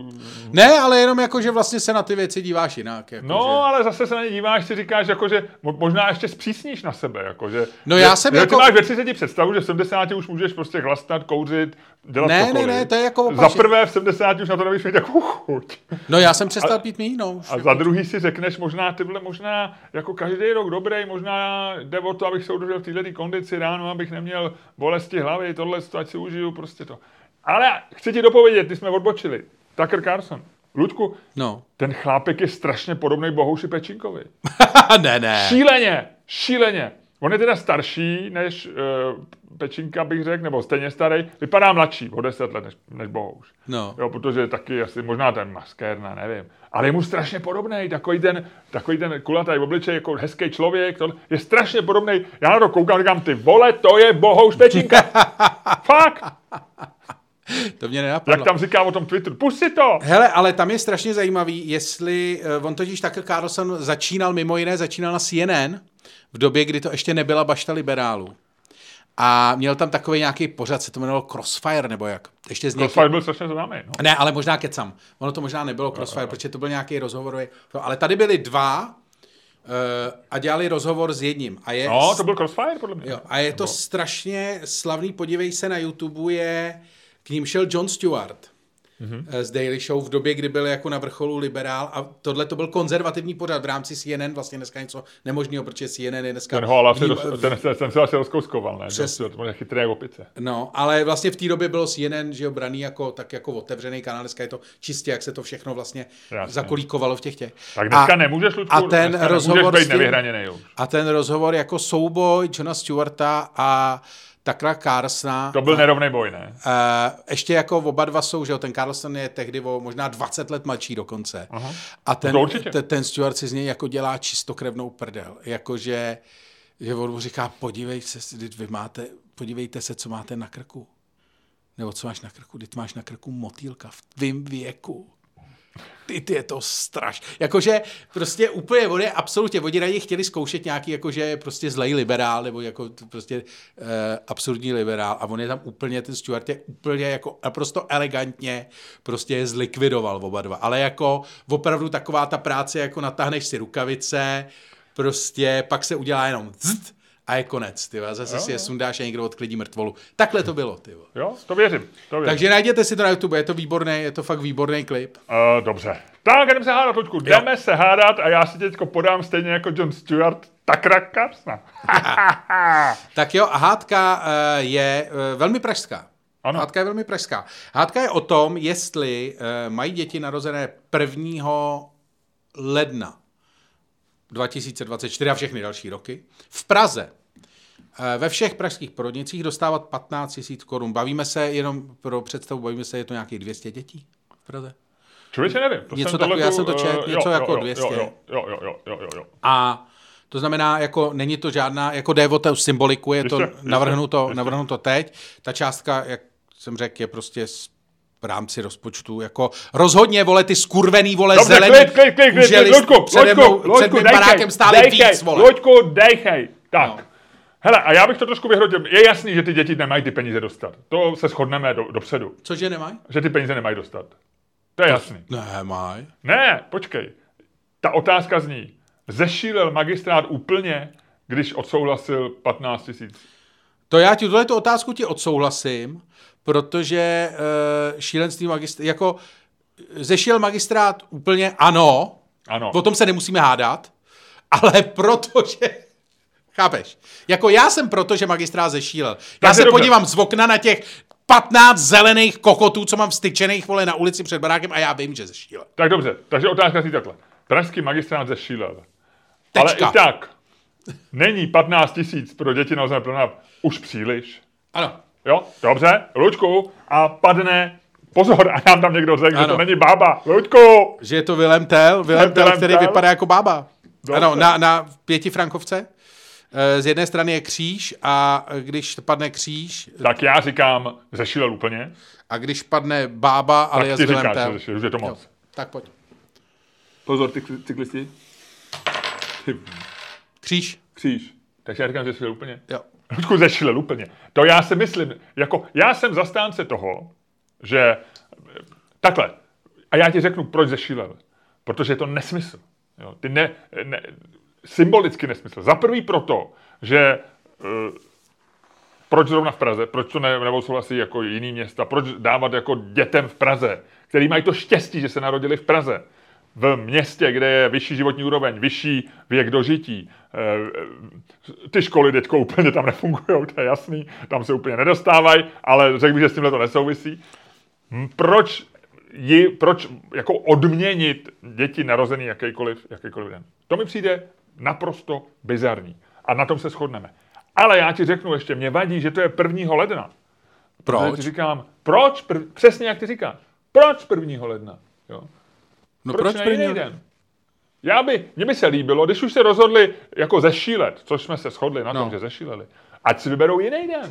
Ne, ale jenom jako, že vlastně se na ty věci díváš jinak. Jako, no, že... ale zase se na ně díváš, si říkáš, jako, že možná ještě zpřísníš na sebe, jako, že, no já jsem že, jako... Ty máš ve třiceti představu, že v sedmdesáti už můžeš prostě chlastat, kouřit, dělat ne, cokoliv. Ne, ne, to je jako opačně. Za prvé v sedmdesáti už na to nebudeš mít takovou chuť. No já jsem přestal a, pít míň, no. A jako... za druhý si řekneš, možná tyhle, možná jako každý rok dobrý, možná jde o to, abych se udržel v této kondici ráno, abych neměl bolesti hlavy, tohle, ať si užiju, prostě to. Ale chci ti dopovědět, ty jsme odbočili. Tucker Carlson. Luďku, no. Ten chlápek je strašně podobný Bohouši Pečínkovi. ne, ne. Šíleně, šíleně. On je teda starší než uh, Pečínka, bych řekl, nebo stejně starý. Vypadá mladší, o deset let než, než Bohouš. No. Jo, protože taky asi možná ten maskér, nevím. Ale je mu strašně podobný, takový ten, takový ten kulatý obličej, jako hezký člověk, to je strašně podobný. Já na to koukám, říkám, ty vole, to je Bohouš Pečínka. Fakt. To mě nenapadlo. Jak tam říká o tom Twitteru, pusť si to. Hele, ale tam je strašně zajímavý, jestli, on totiž Tucker Carlson začínal, mimo jiné, začínal na C N N, v době, kdy to ještě nebyla bašta liberálů. A měl tam takový nějaký pořad, se to jmenovalo Crossfire, nebo jak? Ještě z Crossfire něký... byl strašně známý. No. Ne, ale možná kecam. Ono to možná nebylo Crossfire, no, protože to byl nějaký rozhovorový. Ale tady byli dva uh, a dělali rozhovor s jedním. A je... No, to byl Crossfire, podle mě. Jo, a je to nebo... strašně slavný, podívej se na YouTube, je... K ním šel Jon Stewart mm-hmm. z Daily Show v době, kdy byl jako na vrcholu liberál a tohle to byl konzervativní pořad v rámci C N N, vlastně dneska něco nemožného, protože C N N je dneska... Ten ho, ale ním, roz, ten, ten, ten se asi rozkouskoval, ne? Přes... To je chytré jak opice. No, ale vlastně v té době bylo C N N, že jo, braný jako, tak jako otevřený kanál, dneska je to čistě, jak se to všechno vlastně Jasně. zakolíkovalo v těch těch. Tak dneska a, nemůžeš, Ludku, a ten rozhovor být nevyhraněnej už. A ten rozhovor jako souboj Jona Stewarta a Takra Carlsona. To byl nerovný boj, ne? Uh, ještě jako oba dva jsou, že jo, ten Carlson je tehdy o možná dvacet let mladší dokonce. Aha. A ten, ten, ten Stewart si z něj jako dělá čistokrevnou prdel. Jakože, že on mu říká, podívej se, vy máte, podívejte se, co máte na krku. Nebo co máš na krku? Teď máš na krku motýlka v tvým věku. Ty, ty je to straš. Jakože prostě úplně, on je absolutně, oni raději chtěli zkoušet nějaký jakože prostě zlej liberál, nebo jako prostě uh, absurdní liberál a on je tam úplně, ten Stewart je úplně jako naprosto elegantně prostě je zlikvidoval oba dva. Ale jako opravdu taková ta práce, jako natáhneš si rukavice, prostě pak se udělá jenom zt, a je konec, ty zase jo, si je sundáš a někdo odklidí mrtvolu. Takhle to bylo, ty. Jo, to věřím, to věřím. Takže najděte si to na YouTube, je to výborný, je to fakt výborný klip. Uh, dobře. Tak, jdeme se hádat, Luďku, jdeme jo. se hádat a já si teďko podám stejně jako Jon Stewart Tuckera Carlsona. Tak jo, a hádka uh, je uh, velmi pražská. Ano. Hádka je velmi pražská. Hádka je o tom, jestli uh, mají děti narozené prvního ledna dva tisíce dvacet čtyři a všechny další roky v Praze ve všech pražských porodnicích dostávat patnáct tisíc korun. Bavíme se jenom pro představu, bavíme se, je to nějakých dvě stě dětí v Praze? Člověče, nevím. To něco takového, já jsem to četl, uh, něco jo, jako jo, dvě stě. Jo, jo, jo, jo, jo, jo. A to znamená, jako není to žádná, jako jde o tu symboliku, je to ještě, navrhnuto, ještě. navrhnuto teď. Ta částka, jak jsem řekl, je prostě v rámci rozpočtu, jako rozhodně, vole, ty skurvený, vole, dobře, zelený klid, klid, klid, klid, klid, Luďku, přede mnou, před mým barákem stále dejchej, víc, vole. Luďku, dejchej, tak. No. Hele, a já bych to trošku vyhrotil. Je jasný, že ty děti nemají ty peníze dostat. To se shodneme do, dopředu. Cože nemají? Že ty peníze nemají dostat. To je jasný. Ne, mají. Ne, počkej. Ta otázka zní, zešílel magistrát úplně, když odsouhlasil patnáct tisíc? To já ti, tuto otázku ti odsouhlasím, protože uh, šílenství magistrát, jako zešílel magistrát úplně ano, ano, o tom se nemusíme hádat, ale protože, chápeš, jako já jsem proto, že magistrát zešílel. Já se dobře. podívám z okna na těch patnáct zelených kokotů, co mám styčených, vole, na ulici před barákem a já vím, že zešílel. Tak dobře, takže otázka si takhle. Pražský magistrát zešílel. Ale i tak, není patnáct tisíc pro děti narozené pro už příliš. Ano. Jo, dobře, Luďku, a padne, pozor, a nám tam někdo řekl, že to není bába, Luďku. Že je to Vilém Tell, Vilém Tell, který Tell. vypadá jako bába. Dobře. Ano, na, na pětifrankovce. Z jedné strany je kříž a když padne kříž... Tak já říkám, zešílel úplně. A když padne bába, ale je z Vilém Tell. Tak ty říkáš, že je to moc. Jo, tak pojď. Pozor, ty cyklisti. Kříž. Kříž. Takže já říkám, že zešílel úplně. Jo. Luďku, zešílel úplně. To já si myslím, jako já jsem zastánce toho, že takhle, a já ti řeknu, proč zešílel. Protože je to nesmysl. Jo, ty ne, ne, symbolicky nesmysl. Za prvý proto, že uh, proč zrovna v Praze, proč to ne, nebo souhlasí jako jiný města, proč dávat jako dětem v Praze, který mají to štěstí, že se narodili v Praze, v městě, kde je vyšší životní úroveň, vyšší věk dožití. Ty školy teďko úplně tam nefungují, to je jasný, tam se úplně nedostávají, ale řekl bych, že s tímhle to nesouvisí. Proč, ji, proč jako odměnit děti narozený jakýkoliv, jakýkoliv den? To mi přijde naprosto bizarní. A na tom se shodneme. Ale já ti řeknu ještě, mě vadí, že to je prvního ledna. Proč? Ti říkám, proč? Prv, přesně jak ty říkáš. Proč prvního ledna? Jo? No proč, proč první den? Já by, mně by se líbilo, když už se rozhodli jako zešílet, což jsme se shodli na no. tom, že zešíleli, ať si vyberou jiný den.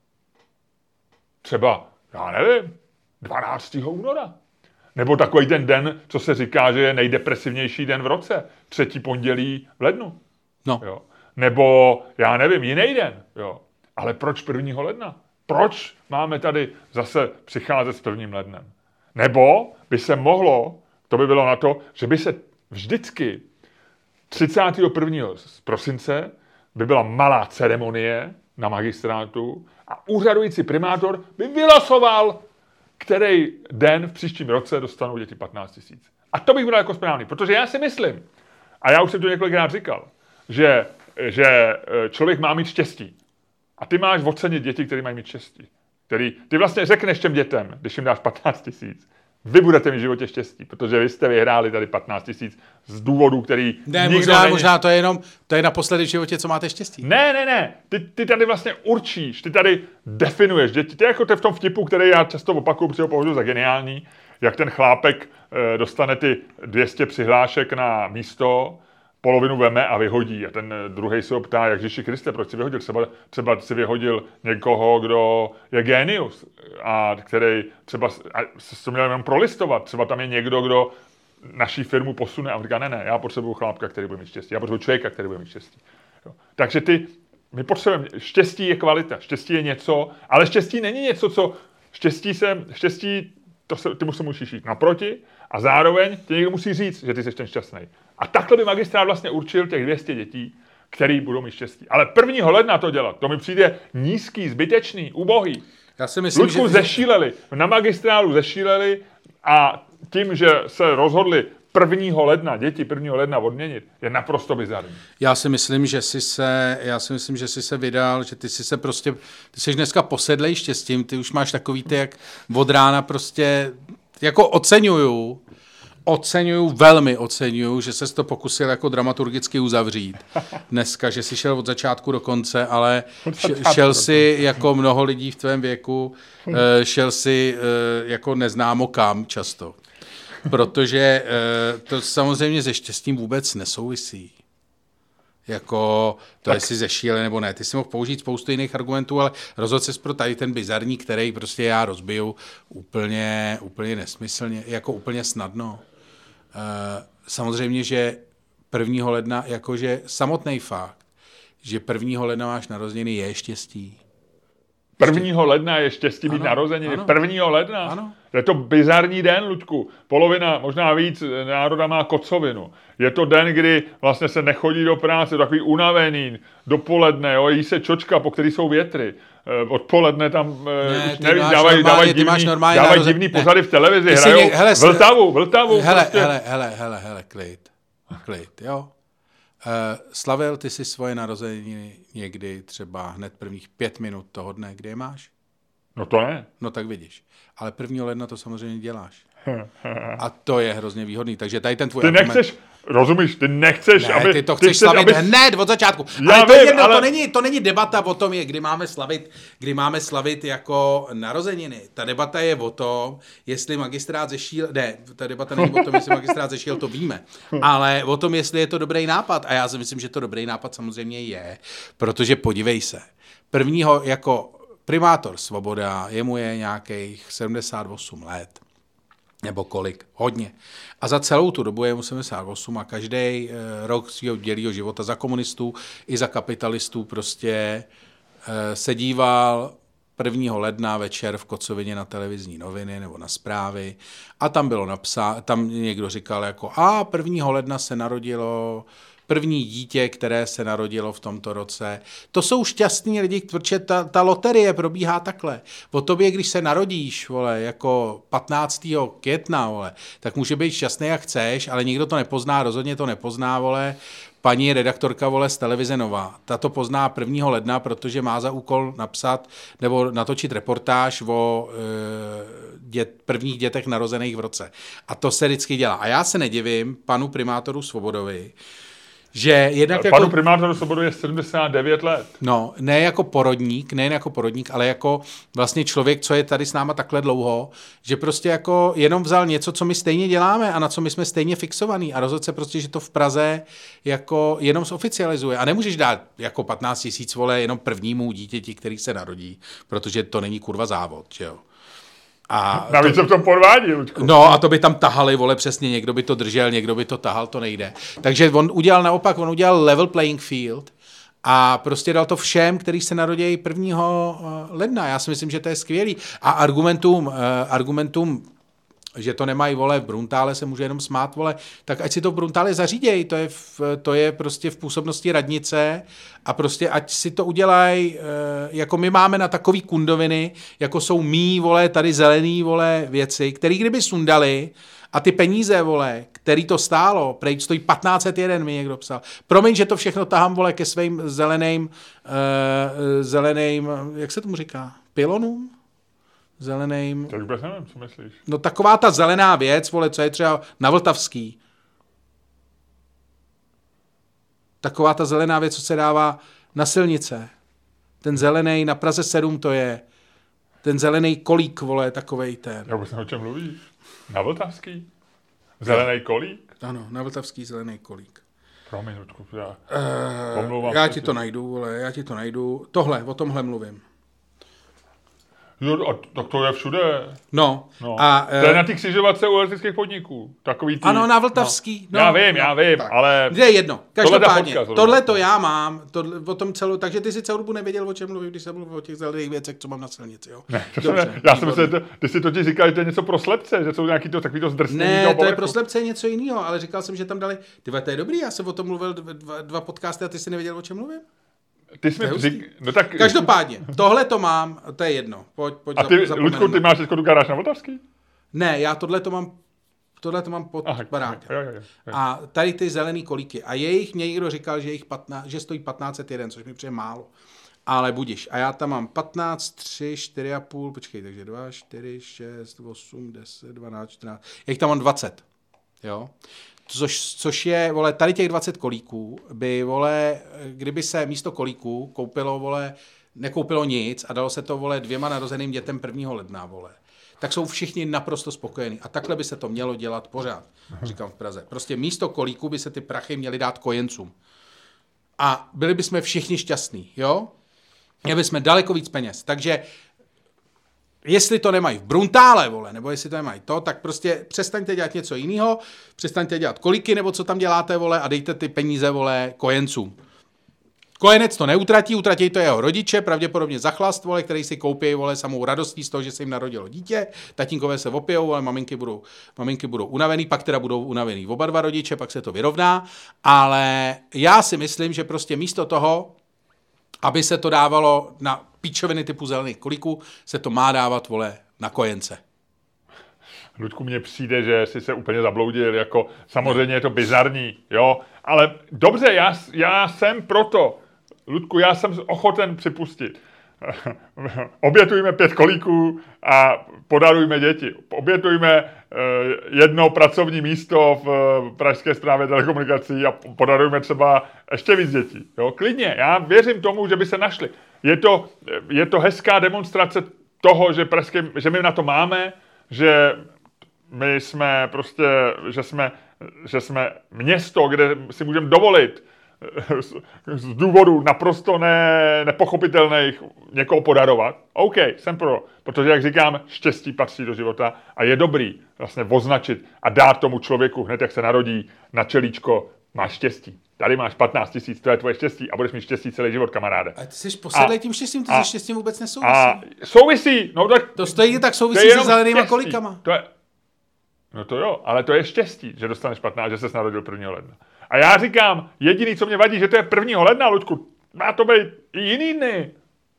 Třeba, já nevím, dvanáctého února. Nebo takový ten den, co se říká, že je nejdepresivnější den v roce. Třetí pondělí v lednu. No. Jo. Nebo, já nevím, jiný den. Jo. Ale proč prvního ledna? Proč máme tady zase přicházet s prvním lednem? Nebo by se mohlo, to by bylo na to, že by se vždycky třicátého prvního prosince by byla malá ceremonie na magistrátu a úřadující primátor by vylosoval, který den v příštím roce dostanou děti patnáct tisíc. A to bych byl jako správný, protože já si myslím, a já už jsem to několikrát říkal, že, že člověk má mít štěstí. A ty máš ocenit děti, které mají mít štěstí. Který, ty vlastně řekneš těm dětem, když jim dáš patnáct tisíc, vy budete mít v životě štěstí, protože vy jste vyhráli tady patnáct tisíc z důvodů, který ne, nikdo možná, není. možná to je jenom, to je naposledy v životě, co máte štěstí. Ne, ne, ne, ty, ty tady vlastně určíš, ty tady definuješ, že ty jako ty v tom vtipu, který já často opakuju, protože ho považuji za geniální, jak ten chlápek e, dostane ty dvě stě přihlášek na místo, polovinu veme a vyhodí. A ten druhý se ho ptá, jak Ježíši Kriste, proč si vyhodil? Třeba, třeba si vyhodil někoho, kdo je génius a který třeba se to měl jenom prolistovat. Třeba tam je někdo, kdo naší firmu posune a říká, ne, ne, já potřebuju chlápka, který bude mít štěstí. Já potřebuju člověka, který bude mít štěstí. Jo. Takže ty, my potřebujeme, štěstí je kvalita, štěstí je něco, ale štěstí není něco, co, štěstí se, štěstí, to se, ty se musíš jít naproti a zároveň ti někdo musí říct, že ty jsi ten šťastný. A takhle by magistrát vlastně určil těch dvě stě dětí, který budou mít štěstí. Ale prvního ledna to dělat, to mi přijde nízký, zbytečný, ubohý. Já si myslím, Luďku, že... zešíleli, na magistrálu zešíleli a tím, že se rozhodli prvního ledna, děti prvního ledna odměnit, je naprosto bizarní. Já si myslím, že jsi se, já si myslím, že jsi se vydal, že ty jsi se prostě, ty jsi dneska posedlej štěstím, ty už máš takový ty, jak od rána prostě, jako oceňuju, oceňuju, velmi oceňuju, že ses to pokusil jako dramaturgicky uzavřít dneska, že jsi šel od začátku do konce, ale šel si jako mnoho lidí v tvém věku, šel si jako neznámo kam často. Protože to samozřejmě se štěstím vůbec nesouvisí. Jako to, tak. Jestli zešíle nebo ne. Ty si mohl použít spoustu jiných argumentů, ale rozhodl ses pro tady ten bizarní, který prostě já rozbiju úplně, úplně nesmyslně, jako úplně snadno. Samozřejmě, že prvního ledna, jakože samotný fakt, že prvního ledna máš narozeniny, je štěstí. Prvního ledna je štěstí být narozeniny. Prvního ledna. Ano. Je to bizarní den, Luďku. Polovina, možná víc národa má kocovinu. Je to den, kdy vlastně se nechodí do práce, takový unavený, dopoledne, jo, jí se čočka, po který jsou větry. Odpoledne tam ne, neví, dávají dávaj divný, dávaj divný pořady v televizi, hrajou ně, hele, Vltavu, Vltavu. Hele, prostě. hele, hele, hele, hele, klid, klid, jo. Uh, Slavil, ty si svoje narozeniny někdy třeba hned prvních pět minut toho dne, kde je máš? No to ne. No tak vidíš. Ale prvního ledna to samozřejmě děláš. A to je hrozně výhodný. Takže tady ten tvůj Ty argument... nechceš, rozumíš, ty nechceš, ne, aby... ty to chceš ty slavit aby... hned od začátku. Já ale to, vím, jedno, ale... to, není, to není debata o tom, je, kdy máme slavit, kdy máme slavit jako narozeniny. Ta debata je o tom, jestli magistrát zešíl... Ne, ta debata není o tom, jestli magistrát zešíl, to víme. Ale o tom, jestli je to dobrý nápad. A já si myslím, že to dobrý nápad samozřejmě je. Protože podívej se. Prvního jako primátor Svoboda, jemu je nějakých sedmdesát osm let. Nebo kolik, hodně. A za celou tu dobu je mu sedmdesát osm a každý e, rok svého dělího života za komunistů i za kapitalistů prostě e, se díval prvního ledna večer v Kocovině na televizní noviny nebo na zprávy a tam bylo napsáno, tam někdo říkal jako a prvního ledna se narodilo první dítě, které se narodilo v tomto roce. To jsou šťastní lidi, protože ta, ta loterie probíhá takhle. O tobě, když se narodíš, vole, jako patnáctého května, vole, tak může být šťastný, jak chceš, ale nikdo to nepozná, rozhodně to nepozná, vole, paní redaktorka, vole, z televize Nova. Ta to pozná prvního ledna, protože má za úkol napsat nebo natočit reportáž o e, dět, prvních dětech narozených v roce. A to se vždycky dělá. A já se nedivím panu primátoru Svobodovi, že jednak Panu jako, primátoru Svobodu je sedmdesát devět let. No, ne jako porodník, ne jako porodník, ale jako vlastně člověk, co je tady s náma takhle dlouho, že prostě jako jenom vzal něco, co my stejně děláme a na co my jsme stejně fixovaný a rozhodl se prostě, že to v Praze jako jenom zoficializuje. A nemůžeš dát jako patnáct tisíc, vole, jenom prvnímu dítěti, který se narodí, protože to není kurva závod, že jo. A navíc se v tom podvádí, Luďku. No a to by tam tahali, vole, přesně, někdo by to držel, někdo by to tahal, to nejde. Takže on udělal naopak, on udělal level playing field a prostě dal to všem, kteří se narodí prvního ledna. Já si myslím, že to je skvělý. A argumentům, argumentům že to nemají, vole, v Bruntále se může jenom smát, vole, tak ať si to v Bruntále zaříděj, to je, v, to je prostě v působnosti radnice a prostě ať si to udělají, jako my máme na takový kundoviny, jako jsou mý, vole, tady zelený, vole, věci, který kdyby sundali a ty peníze, vole, který to stálo, prej stojí patnáct set jeden, mi někdo psal. Promiň, že to všechno tahám, vole, ke svým zeleným, uh, zeleným, jak se tomu říká, pilonům? Zeleným. To vůbec nevím, co myslíš. No taková ta zelená věc, vole, co je třeba na Vltavský. Taková ta zelená věc, co se dává na silnice. Ten zelený na Praze sedm to je. Ten zelený kolík, vole, takovej ten. Já vůbec nevím, o čem mluvíš. Na Vltavský? Zelený kolík? Ano, na Vltavský zelený kolík. Promiň, Ludku, já uh, omlouvám. Já ti to najdu, vole, já ti to najdu. Tohle, o tomhle mluvím. Jo, a tak to je všude. No. no. A, to je na ty křižovatce u elektrických podniků. Takový ty... Ano, na Vltavský. No. No, Já vím, no, já vím, tak. ale... Kde je jedno. Každopádně, fotka, tohle to já mám, tohle, o tom celou, takže ty si celou dobu nevěděl, o čem mluvím, když jsem mluvil o těch zelených věcech, co mám na silnici, jo? Ne, to Dobře, jsem, já jsem myslel, že ty si totiž říkal, že to je něco pro slepce, že jsou nějaký to takový to zdrsnění. Ne, to je pro slepce něco jiného, ale říkal jsem, že tam dali, ty to je dobrý, já jsem o tom mluvil dva, dva podcasty a ty si nevěděl, o čem mluvím? Ty jsi mi řík... no tak... Každopádně, tohle to mám, to je jedno. Pojď, pojď a ty, Ludku, ty máš teďko tu garáž na Vltavský? Ne, já tohle to mám, tohle to mám pod barákem. A tady ty zelený kolíky. A jejich, mě někdo říkal, že, jich patnáct, že stojí patnáct set jedna, což mi přijde málo. Ale budiš. A já tam mám patnáct, tři, čtyři a půl, počkej, takže dva, čtyři, šest, osm, deset, dvanáct, čtrnáct. Já jich tam mám dvacet. Jo? Což, což je, vole, tady těch dvacet kolíků by, vole, kdyby se místo kolíků koupilo, vole, nekoupilo nic a dalo se to, vole, dvěma narozeným dětem prvního ledna, vole, tak jsou všichni naprosto spokojení. A takhle by se to mělo dělat pořád, říkám v Praze. Prostě místo kolíků by se ty prachy měly dát kojencům. A byli bychom všichni šťastní, jo? Měli bychom daleko víc peněz. Takže jestli to nemají v Bruntále, vole, nebo jestli to nemají to, tak prostě přestaňte dělat něco jiného, přestaňte dělat kolíky, nebo co tam děláte, vole, a dejte ty peníze, vole, kojencům. Kojenec to neutratí, utratí to jeho rodiče, pravděpodobně za chlast, vole, který si koupí, vole, samou radostí z toho, že se jim narodilo dítě, tatínkové se opijou, ale maminky budou, maminky budou unavený, pak teda budou unavený oba dva rodiče, pak se to vyrovná, ale já si myslím, že prostě místo toho, aby se to dávalo na píčoviny typu zelených kolíků, se to má dávat, vole, na kojence. Ludku, mně přijde, že jsi se úplně zabloudil, jako samozřejmě je to bizarní, jo, ale dobře, já, já jsem proto, Ludku, já jsem ochoten připustit. Obětujme pět kolíků a podarujme děti. Obětujme uh, jedno pracovní místo v Pražské správě telekomunikací a podarujme třeba ještě víc dětí. Jo? Klidně, já věřím tomu, že by se našli. Je to, je to hezká demonstrace toho, že, pražské, že my na to máme, že my jsme prostě, že jsme, že jsme město, kde si můžeme dovolit z důvodu naprosto ne, nepochopitelných někoho podarovat. OK, jsem pro, protože, jak říkám, štěstí patří do života a je dobrý vlastně označit a dát tomu člověku hned, jak se narodí, na čelíčko, máš štěstí. Tady máš patnáct tisíc, to je tvoje štěstí a budeš mít štěstí celý život, kamaráde. A ty jsi posedlej tím štěstím, ty se štěstím vůbec nesouvisí. A souvisí, no tak... To stojí tak souvisí se zelenýma kolikama. To je, no to jo, ale to je štěstí, že dostaneš patnáct, že ses narodil prvního ledna. A já říkám, jediný, co mě vadí, že to je prvního ledna, Luďku, má to být i jiný dny.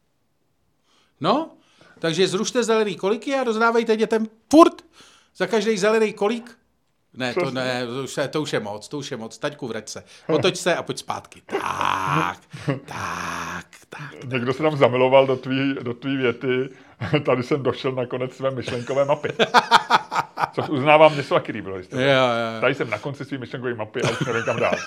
No, takže zrušte zelený kolíky a rozdávejte dětem furt za každý zelený kolík. Ne, to ne, to už, je, to už je moc, to už je moc. Taťku, vrať se. Otoč se a pojď zpátky. Tak, tak, tak. Někdo se tam zamiloval do tvý, do tvý věty. Tady jsem došel na konec své myšlenkové mapy. Což uznávám, mě se taky líbilo. Jo, jo. Tady jsem na konci své myšlenkové mapy a už nevím kam dál.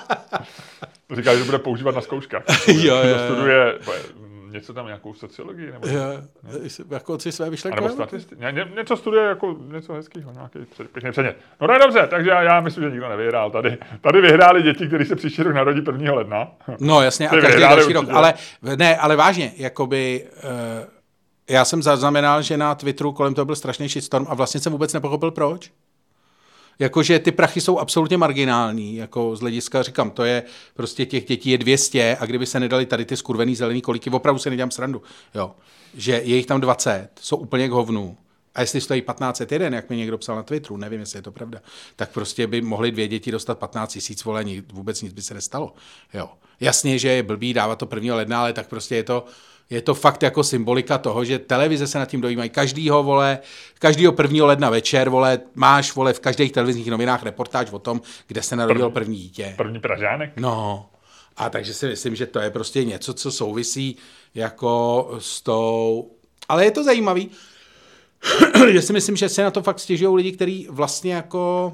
To říkali, že bude používat na zkouškách. Jo, jo, jo. Studuje něco tam, nějakou sociologii? Nebo jo, jako si své myšlenkové mapy? Nebo statistiky. Ně, něco studuje jako něco hezkýho, nějaký pěkný předmět. No tak dobře, takže já, já myslím, že nikdo nevyhrál. Tady, tady vyhráli děti, kteří se příští rok narodí prvního ledna. No jasně, a každý další rok. Ale, ne, ale vážně, jakoby... Uh, já jsem zaznamenal, že na Twitteru kolem toho byl strašný shitstorm a vlastně jsem vůbec nepochopil proč. Jakože ty prachy jsou absolutně marginální, jako z hlediska, říkám, to je prostě těch dětí je dvě stě a kdyby se nedali tady ty skurvený zelený kolíky, opravdu se nedělám srandu, jo, že je jich tam dvacet, jsou úplně k hovnu. A jestli stojí patnáct set jedna, jak mi někdo psal na Twitteru, nevím, jestli je to pravda, tak prostě by mohly dvě děti dostat patnáct tisíc, vole, vůbec nic by se nestalo. Jo. Jasně, že je blbý dávat to prvního ledna, ale tak prostě je to Je to fakt jako symbolika toho, že televize se nad tím dojímají. Každýho, vole, každýho prvního ledna večer, vole, máš, vole, v každých televizních novinách reportáž o tom, kde se narodil první dítě. První Pražánek? No. A takže si myslím, že to je prostě něco, co souvisí jako s tou... Ale je to zajímavý. že si myslím, že se na to fakt stěžují lidi, kteří vlastně jako...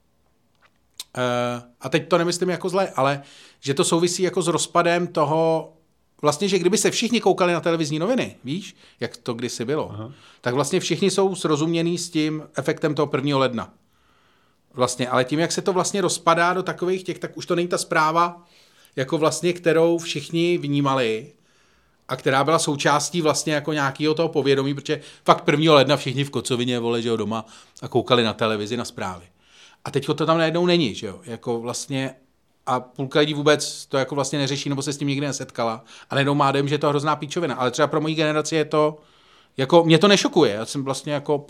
Uh, a teď to nemyslím jako zle, ale že to souvisí jako s rozpadem toho... Vlastně, že kdyby se všichni koukali na televizní noviny, víš, jak to kdysi bylo, aha, tak vlastně všichni jsou srozumění s tím efektem toho prvního ledna. Vlastně, ale tím, jak se to vlastně rozpadá do takových těch, tak už to není ta zpráva, jako vlastně, kterou všichni vnímali a která byla součástí vlastně jako nějakého toho povědomí, protože fakt prvního ledna všichni v kocovině, vole, že jo, doma a koukali na televizi, na zprávy. A teďko to tam najednou není, že jo, jako vlastně a půlka lidí vůbec to jako vlastně neřeší, nebo se s tím nikdy nesetkala a najednou má dojem, že je to hrozná píčovina, ale třeba pro moji generaci je to, jako mě to nešokuje, já jsem vlastně jako...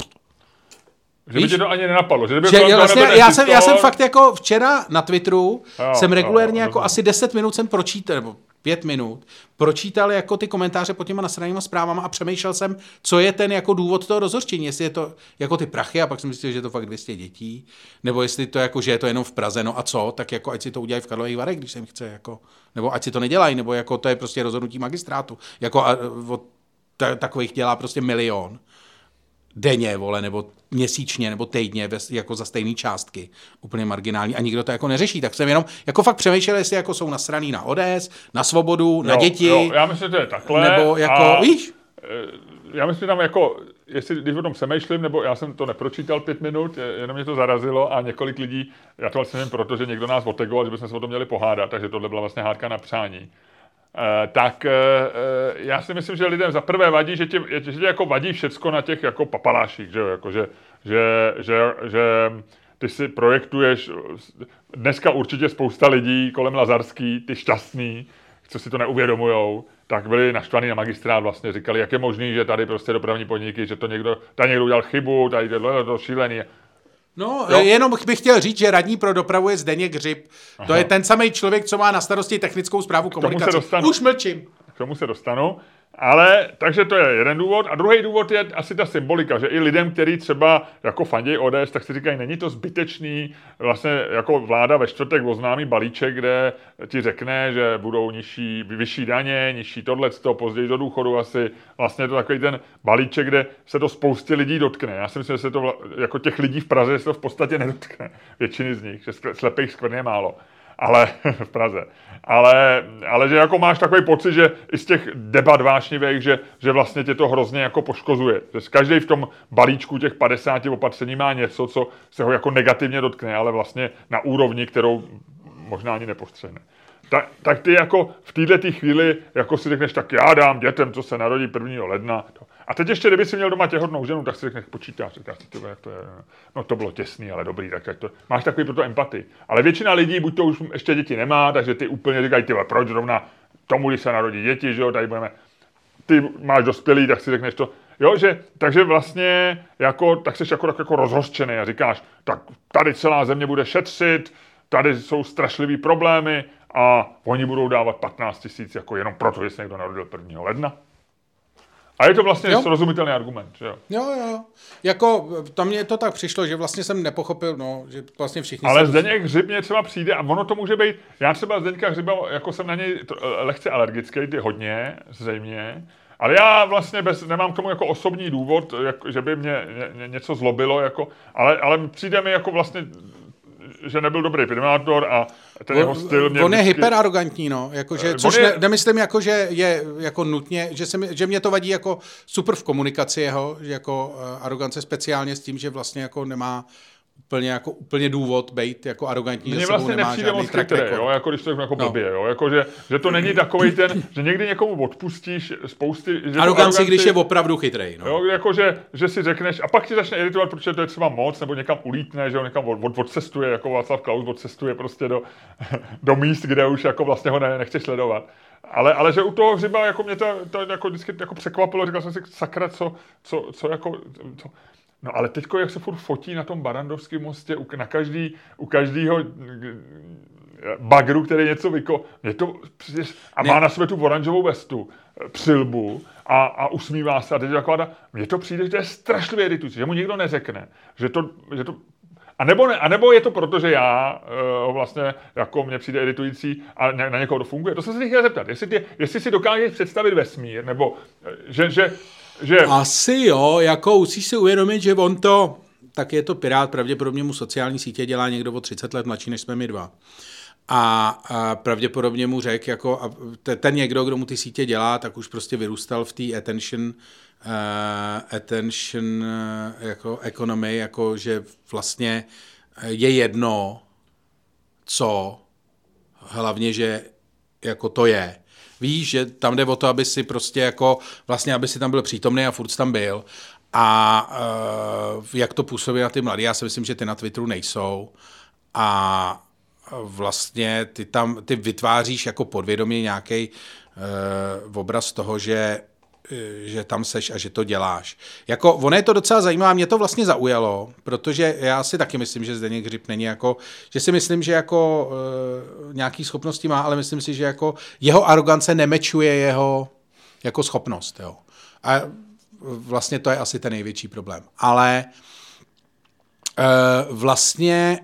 Že by tě to ani nenapadlo. Že, že já, vlastně, já, jsem, já jsem fakt jako včera na Twitteru jo, jsem regulérně jo, jako asi deset minut jsem pročítal, nebo pět minut, pročítal jako ty komentáře pod těma nasranýma zprávama a přemýšlel jsem, co je ten jako důvod toho rozhořčení, jestli je to jako ty prachy a pak jsem myslel, že je to fakt dvě stě dětí, nebo jestli to jako, že je to jenom v Praze, no a co, tak jako ať si to udělají v Karlových Varech, když se jim chce, jako, nebo ať si to nedělají, nebo jako to je prostě rozhodnutí magistrátu, jako a, od t- takových dělá prostě milion. Denně, vole, nebo měsíčně, nebo týdně, jako za stejné částky. Úplně marginální a nikdo to jako neřeší. Tak jsem jenom jako fakt přemýšlel, jestli jako jsou nasraný na O D S, na svobodu, jo, na děti. Jo, já myslím, že to je takhle. Nebo jako, a, víš? Já myslím, že tam jako, jestli, když o tom přemýšlím, nebo já jsem to nepročítal pět minut, jenom mě to zarazilo a několik lidí, já to vlastně nevím, protože někdo nás otegoval, že bychom se o tom měli pohádat, takže tohle byla vlastně hádka na přání. Uh, tak uh, já si myslím, že lidem za prvé vadí, že tě, že tě jako vadí všecko na těch jako papaláších, že jo, jako že, že, že, že ty si projektuješ, dneska určitě spousta lidí kolem Lazarský, ty šťastný, co si to neuvědomujou, tak byli naštvaný na magistrát vlastně, říkali, jak je možný, že tady prostě dopravní podniky, že to někdo, tady někdo udělal chybu, tady to, to šílený. No, jo. Jenom bych chtěl říct, že radní pro dopravu je Zdeněk Hřib. Aha. To je ten samý člověk, co má na starosti technickou správu komunikace. Už mlčím. K tomu se dostanu. Ale, takže to je jeden důvod. A druhý důvod je asi ta symbolika, že i lidem, kteří třeba jako fandějí O D S, tak si říkají, není to zbytečný, vlastně jako vláda ve čtvrtek oznámí balíček, kde ti řekne, že budou nižší, vyšší daně, nižší tohleto, později do důchodu asi. Vlastně je to takový ten balíček, kde se to spoustě lidí dotkne. Já si myslím, že se to jako těch lidí v Praze se to v podstatě nedotkne. Většiny z nich, že slepých skvrn je málo. Ale v Praze. Ale, ale že jako máš takový pocit, že i z těch debat vášnivých, že, že vlastně tě to hrozně jako poškozuje. Že každý v tom balíčku těch padesáti opatření má něco, co se ho jako negativně dotkne, ale vlastně na úrovni, kterou možná ani nepostřehne. Tak, tak ty jako v této chvíli jako si řekneš, tak já dám dětem, co se narodí prvního ledna. A teď ještě, kdyby si měl doma těhotnou ženu, tak si řekneš, počítáš, říkáš si, jak to je. No to bylo těsný, ale dobrý, tak to, máš takový proto empatii. Ale většina lidí buď to už ještě děti nemá, takže ty úplně říkají, ty proč zrovna tomu, když se narodí děti, že jo, tady budeme, ty máš dospělý, tak si řekneš to, jo, že, takže vlastně jako, tak jsi jako, tak jako rozhořčený a říkáš, tak tady celá země bude šetřit, tady jsou strašlivý problémy a oni budou dávat patnáct tisíc jako jenom proto, že se někdo narodil prvního ledna. A je to vlastně jo. srozumitelný argument, že jo? Jo, jo. Jako, tam mě to tak přišlo, že vlastně jsem nepochopil, no, že vlastně všichni... Ale Zdeněk Hřib mě třeba přijde a ono to může být, já třeba Zdeňka Hřiba, jako jsem na něj lehce alergický, ty hodně, zřejmě, ale já vlastně bez, nemám k tomu jako osobní důvod, jako, že by mě ně, něco zlobilo, jako, ale, ale přijde mi jako vlastně, že nebyl dobrý primátor a ten jeho styl mě... On je vždycky... hyperarrogantní, no, jakože, což je... ne, nemyslím jako, že je jako nutně, že, se mi, že mě to vadí jako super v komunikaci jeho, jako uh, arogance speciálně s tím, že vlastně jako nemá úplně jako úplně důvod být jako arrogantní, mně že vlastně sebou nemá žádný track record. Jo, jako když to jako blbě, no. jo, jako že, že to není takovej ten, že někdy někomu odpustíš spousty... Že aroganci, aroganci, když je opravdu chytrej, no. Jo, jako že, že si řekneš, a pak ti začne iritovat, protože to je třeba moc, nebo někam ulítne, že ho někam od, od, odcestuje, jako Václav Klaus odcestuje prostě do, do míst, kde už jako vlastně ho ne, nechceš sledovat. Ale, ale že u toho Hřiba jako mě to, to jako vždycky jako překvapilo, říkal jsem si, sakra, co, co, co jako... Co, no ale teďko, jak se furt fotí na tom Barandovském mostě, na každý, u každého bagru, který něco vyko... Mě to, a má ne. na sobě tu oranžovou vestu, přilbu a, a usmívá se a teď taková, mně to přijde, že to je strašlivě iritující, že mu nikdo neřekne, že to... Že to a nebo, ne, a nebo je to proto, že já uh, vlastně jako mně přijde iritující a na, na někoho to funguje. To jsem se chtěl zeptat, jestli, tě, jestli si dokážeš představit vesmír, nebo že, že že... Asi jo, jako musíš si uvědomit, že on to, tak je to pirát, pravděpodobně mu sociální sítě dělá někdo o třicet let mladší, než jsme my dva. A, a pravděpodobně mu řekl, jako, a ten někdo, kdo mu ty sítě dělá, tak už prostě vyrůstal v té attention, uh, attention uh, jako economy, jako že vlastně je jedno, co, hlavně, že jako to je. Víš, že tam jde o to, aby si prostě jako, vlastně, aby si tam byl přítomný a furt tam byl. A uh, jak to působí na ty mladí, já si myslím, že ty na Twitteru nejsou. A vlastně ty tam, ty vytváříš jako podvědomě nějaký uh, obraz toho, že, že tam seš a že to děláš. Jako, ono je to docela zajímavé, mě to vlastně zaujalo, protože já si taky myslím, že Zdeněk Hřib není jako, že si myslím, že jako uh, nějaký schopnosti má, ale myslím si, že jako jeho arogance nemečuje jeho jako schopnost, jo. A vlastně to je asi ten největší problém. Ale uh, vlastně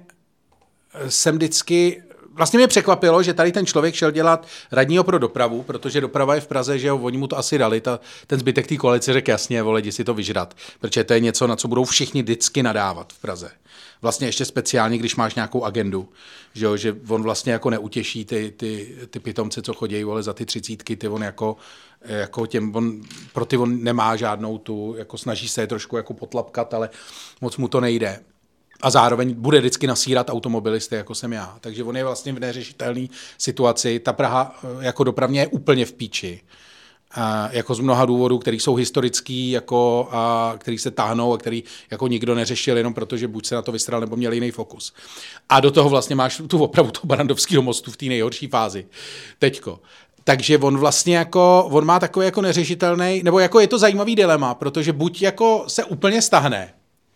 jsem vždycky, vlastně mě překvapilo, že tady ten člověk šel dělat radního pro dopravu, protože doprava je v Praze, že jo, oni mu to asi dali, ta, ten zbytek té koalice řekl jasně, vole, jdi si to vyžrat, protože to je něco, na co budou všichni vždycky nadávat v Praze. Vlastně ještě speciálně, když máš nějakou agendu, že jo, že on vlastně jako neutěší ty, ty, ty pitomce, co chodí, vole, za ty třicítky, ty on jako, jako těm, on, pro ty on nemá žádnou tu, jako snaží se je trošku jako potlapkat, ale moc mu to nejde. A zároveň bude vždycky nasírat automobilisty, jako jsem já. Takže on je vlastně v neřešitelné situaci. Ta Praha jako dopravně je úplně v píči. A jako z mnoha důvodů, který jsou historický, jako, a který se táhnou a který jako nikdo neřešil, jenom protože buď se na to vystral, nebo měl jiný fokus. A do toho vlastně máš tu opravu toho Barrandovského mostu v té nejhorší fázi. Teďko. Takže on vlastně jako, on má takový jako neřešitelný, nebo jako je to zajímavý dilema, protože buď jako se úplně stahne,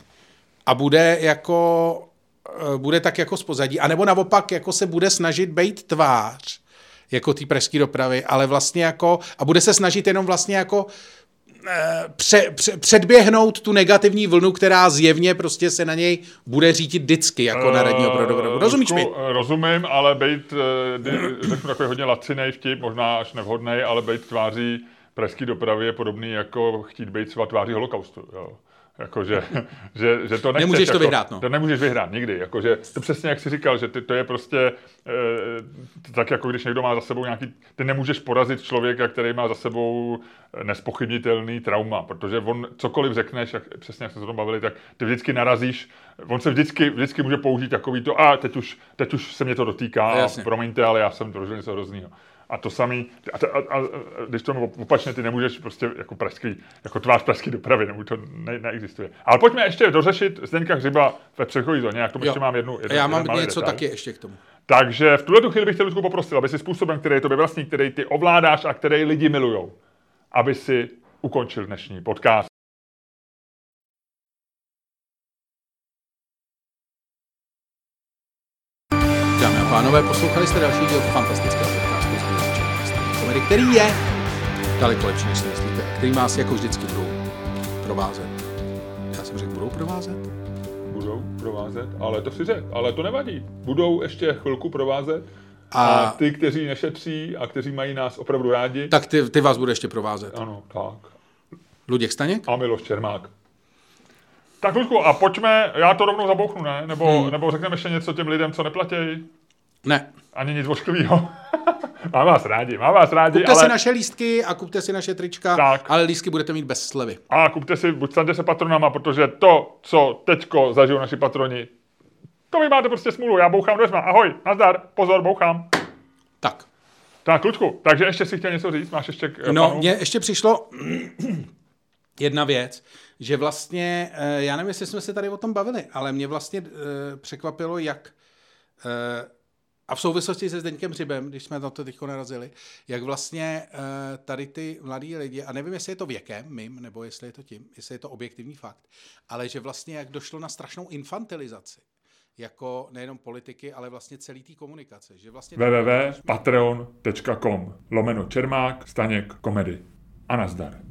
a bude jako, bude tak jako z pozadí, anebo naopak jako se bude snažit bejt tvář jako té pražské dopravy, ale vlastně jako, a bude se snažit jenom vlastně jako pře, pře, předběhnout tu negativní vlnu, která zjevně prostě se na něj bude řídit vždycky jako na radního pro dopravu. Rozumíš mi? Rozumím, ale bejt, řeknu takový hodně lacinej vtip, možná až nevhodnej, ale bejt tváří pražské dopravy je podobný jako chtít bejt svá tváří holokaustu, jo. Jakože, že, že to nechceš, nemůžeš to jako, vyhrát, no. To nemůžeš vyhrát nikdy, jakože, to přesně jak jsi říkal, že ty, to je prostě e, tak jako když někdo má za sebou nějaký, ty nemůžeš porazit člověka, který má za sebou nespochybnitelný trauma, protože on cokoliv řekneš, jak, přesně jak jsme se o tom bavili, tak ty vždycky narazíš, on se vždycky, vždycky může použít takový to, a teď už, teď už se mě to dotýká, a promiňte, ale já jsem prožil něco hroznýho. A to samý, a, a, a, a když to opačně, ty nemůžeš prostě jako pražský, jako tvář pražské dopravy, nebo to ne, neexistuje. Ale pojďme ještě dořešit Zdeňka Hřiba ve předchozí zóně, jak to ještě mám jednu, jednu já mám něco detail. Taky ještě k tomu. Takže v tuhle chvíli bych tě, Ludku, poprosil, aby si způsobem, který je tobě vlastní, který ty ovládáš a který lidi milujou, aby si ukončil dnešní podcast. Dámy a pánové, poslouchali jste další díl fantastického podcastu Komedy, který je daleko lepší, než si myslíte, který vás jako vždycky budou provázet. Já jsem řekl, budou provázet? Budou provázet, ale to si řekl, ale to nevadí. Budou ještě chvilku provázet a, a ty, kteří nešetří a kteří mají nás opravdu rádi. Tak ty, ty vás bude ještě provázet. Ano, tak. Luděk Staněk? A Miloš Čermák. Tak, Luďku, a pojďme, já to rovnou zabouchnu, ne? Nebo, hmm. nebo řekneme ještě něco těm lidem, co neplatí? Ne. Ani nic ošklivýho. Mám vás rádi, mám vás rádi, kupte ale... si naše lístky a kupte si naše trička, tak. Ale lístky budete mít bez slevy. A kupte si, buď staňte se patronama, protože to, co teďko zažijou naši patroni, to vy máte prostě smůlu, já bouchám dveřma, ahoj, nazdar, pozor, bouchám. Tak. Tak, Luďku, takže ještě si chtěl něco říct, máš ještě k No, panu? mně ještě přišlo jedna věc, že vlastně, já nevím, jestli jsme se tady o tom bavili, ale mě vlastně překvapilo, jak... A v souvislosti se Zdeňkem Hřibem, když jsme na to teďko narazili, jak vlastně uh, tady ty mladí lidi, a nevím, jestli je to věkem mým, nebo jestli je to tím, jestli je to objektivní fakt, ale že vlastně jak došlo na strašnou infantilizaci, jako nejenom politiky, ale vlastně celý té komunikace. Že vlastně w w w tečka patreon tečka com lomeno Čermák, Staněk, komedy. A nazdar.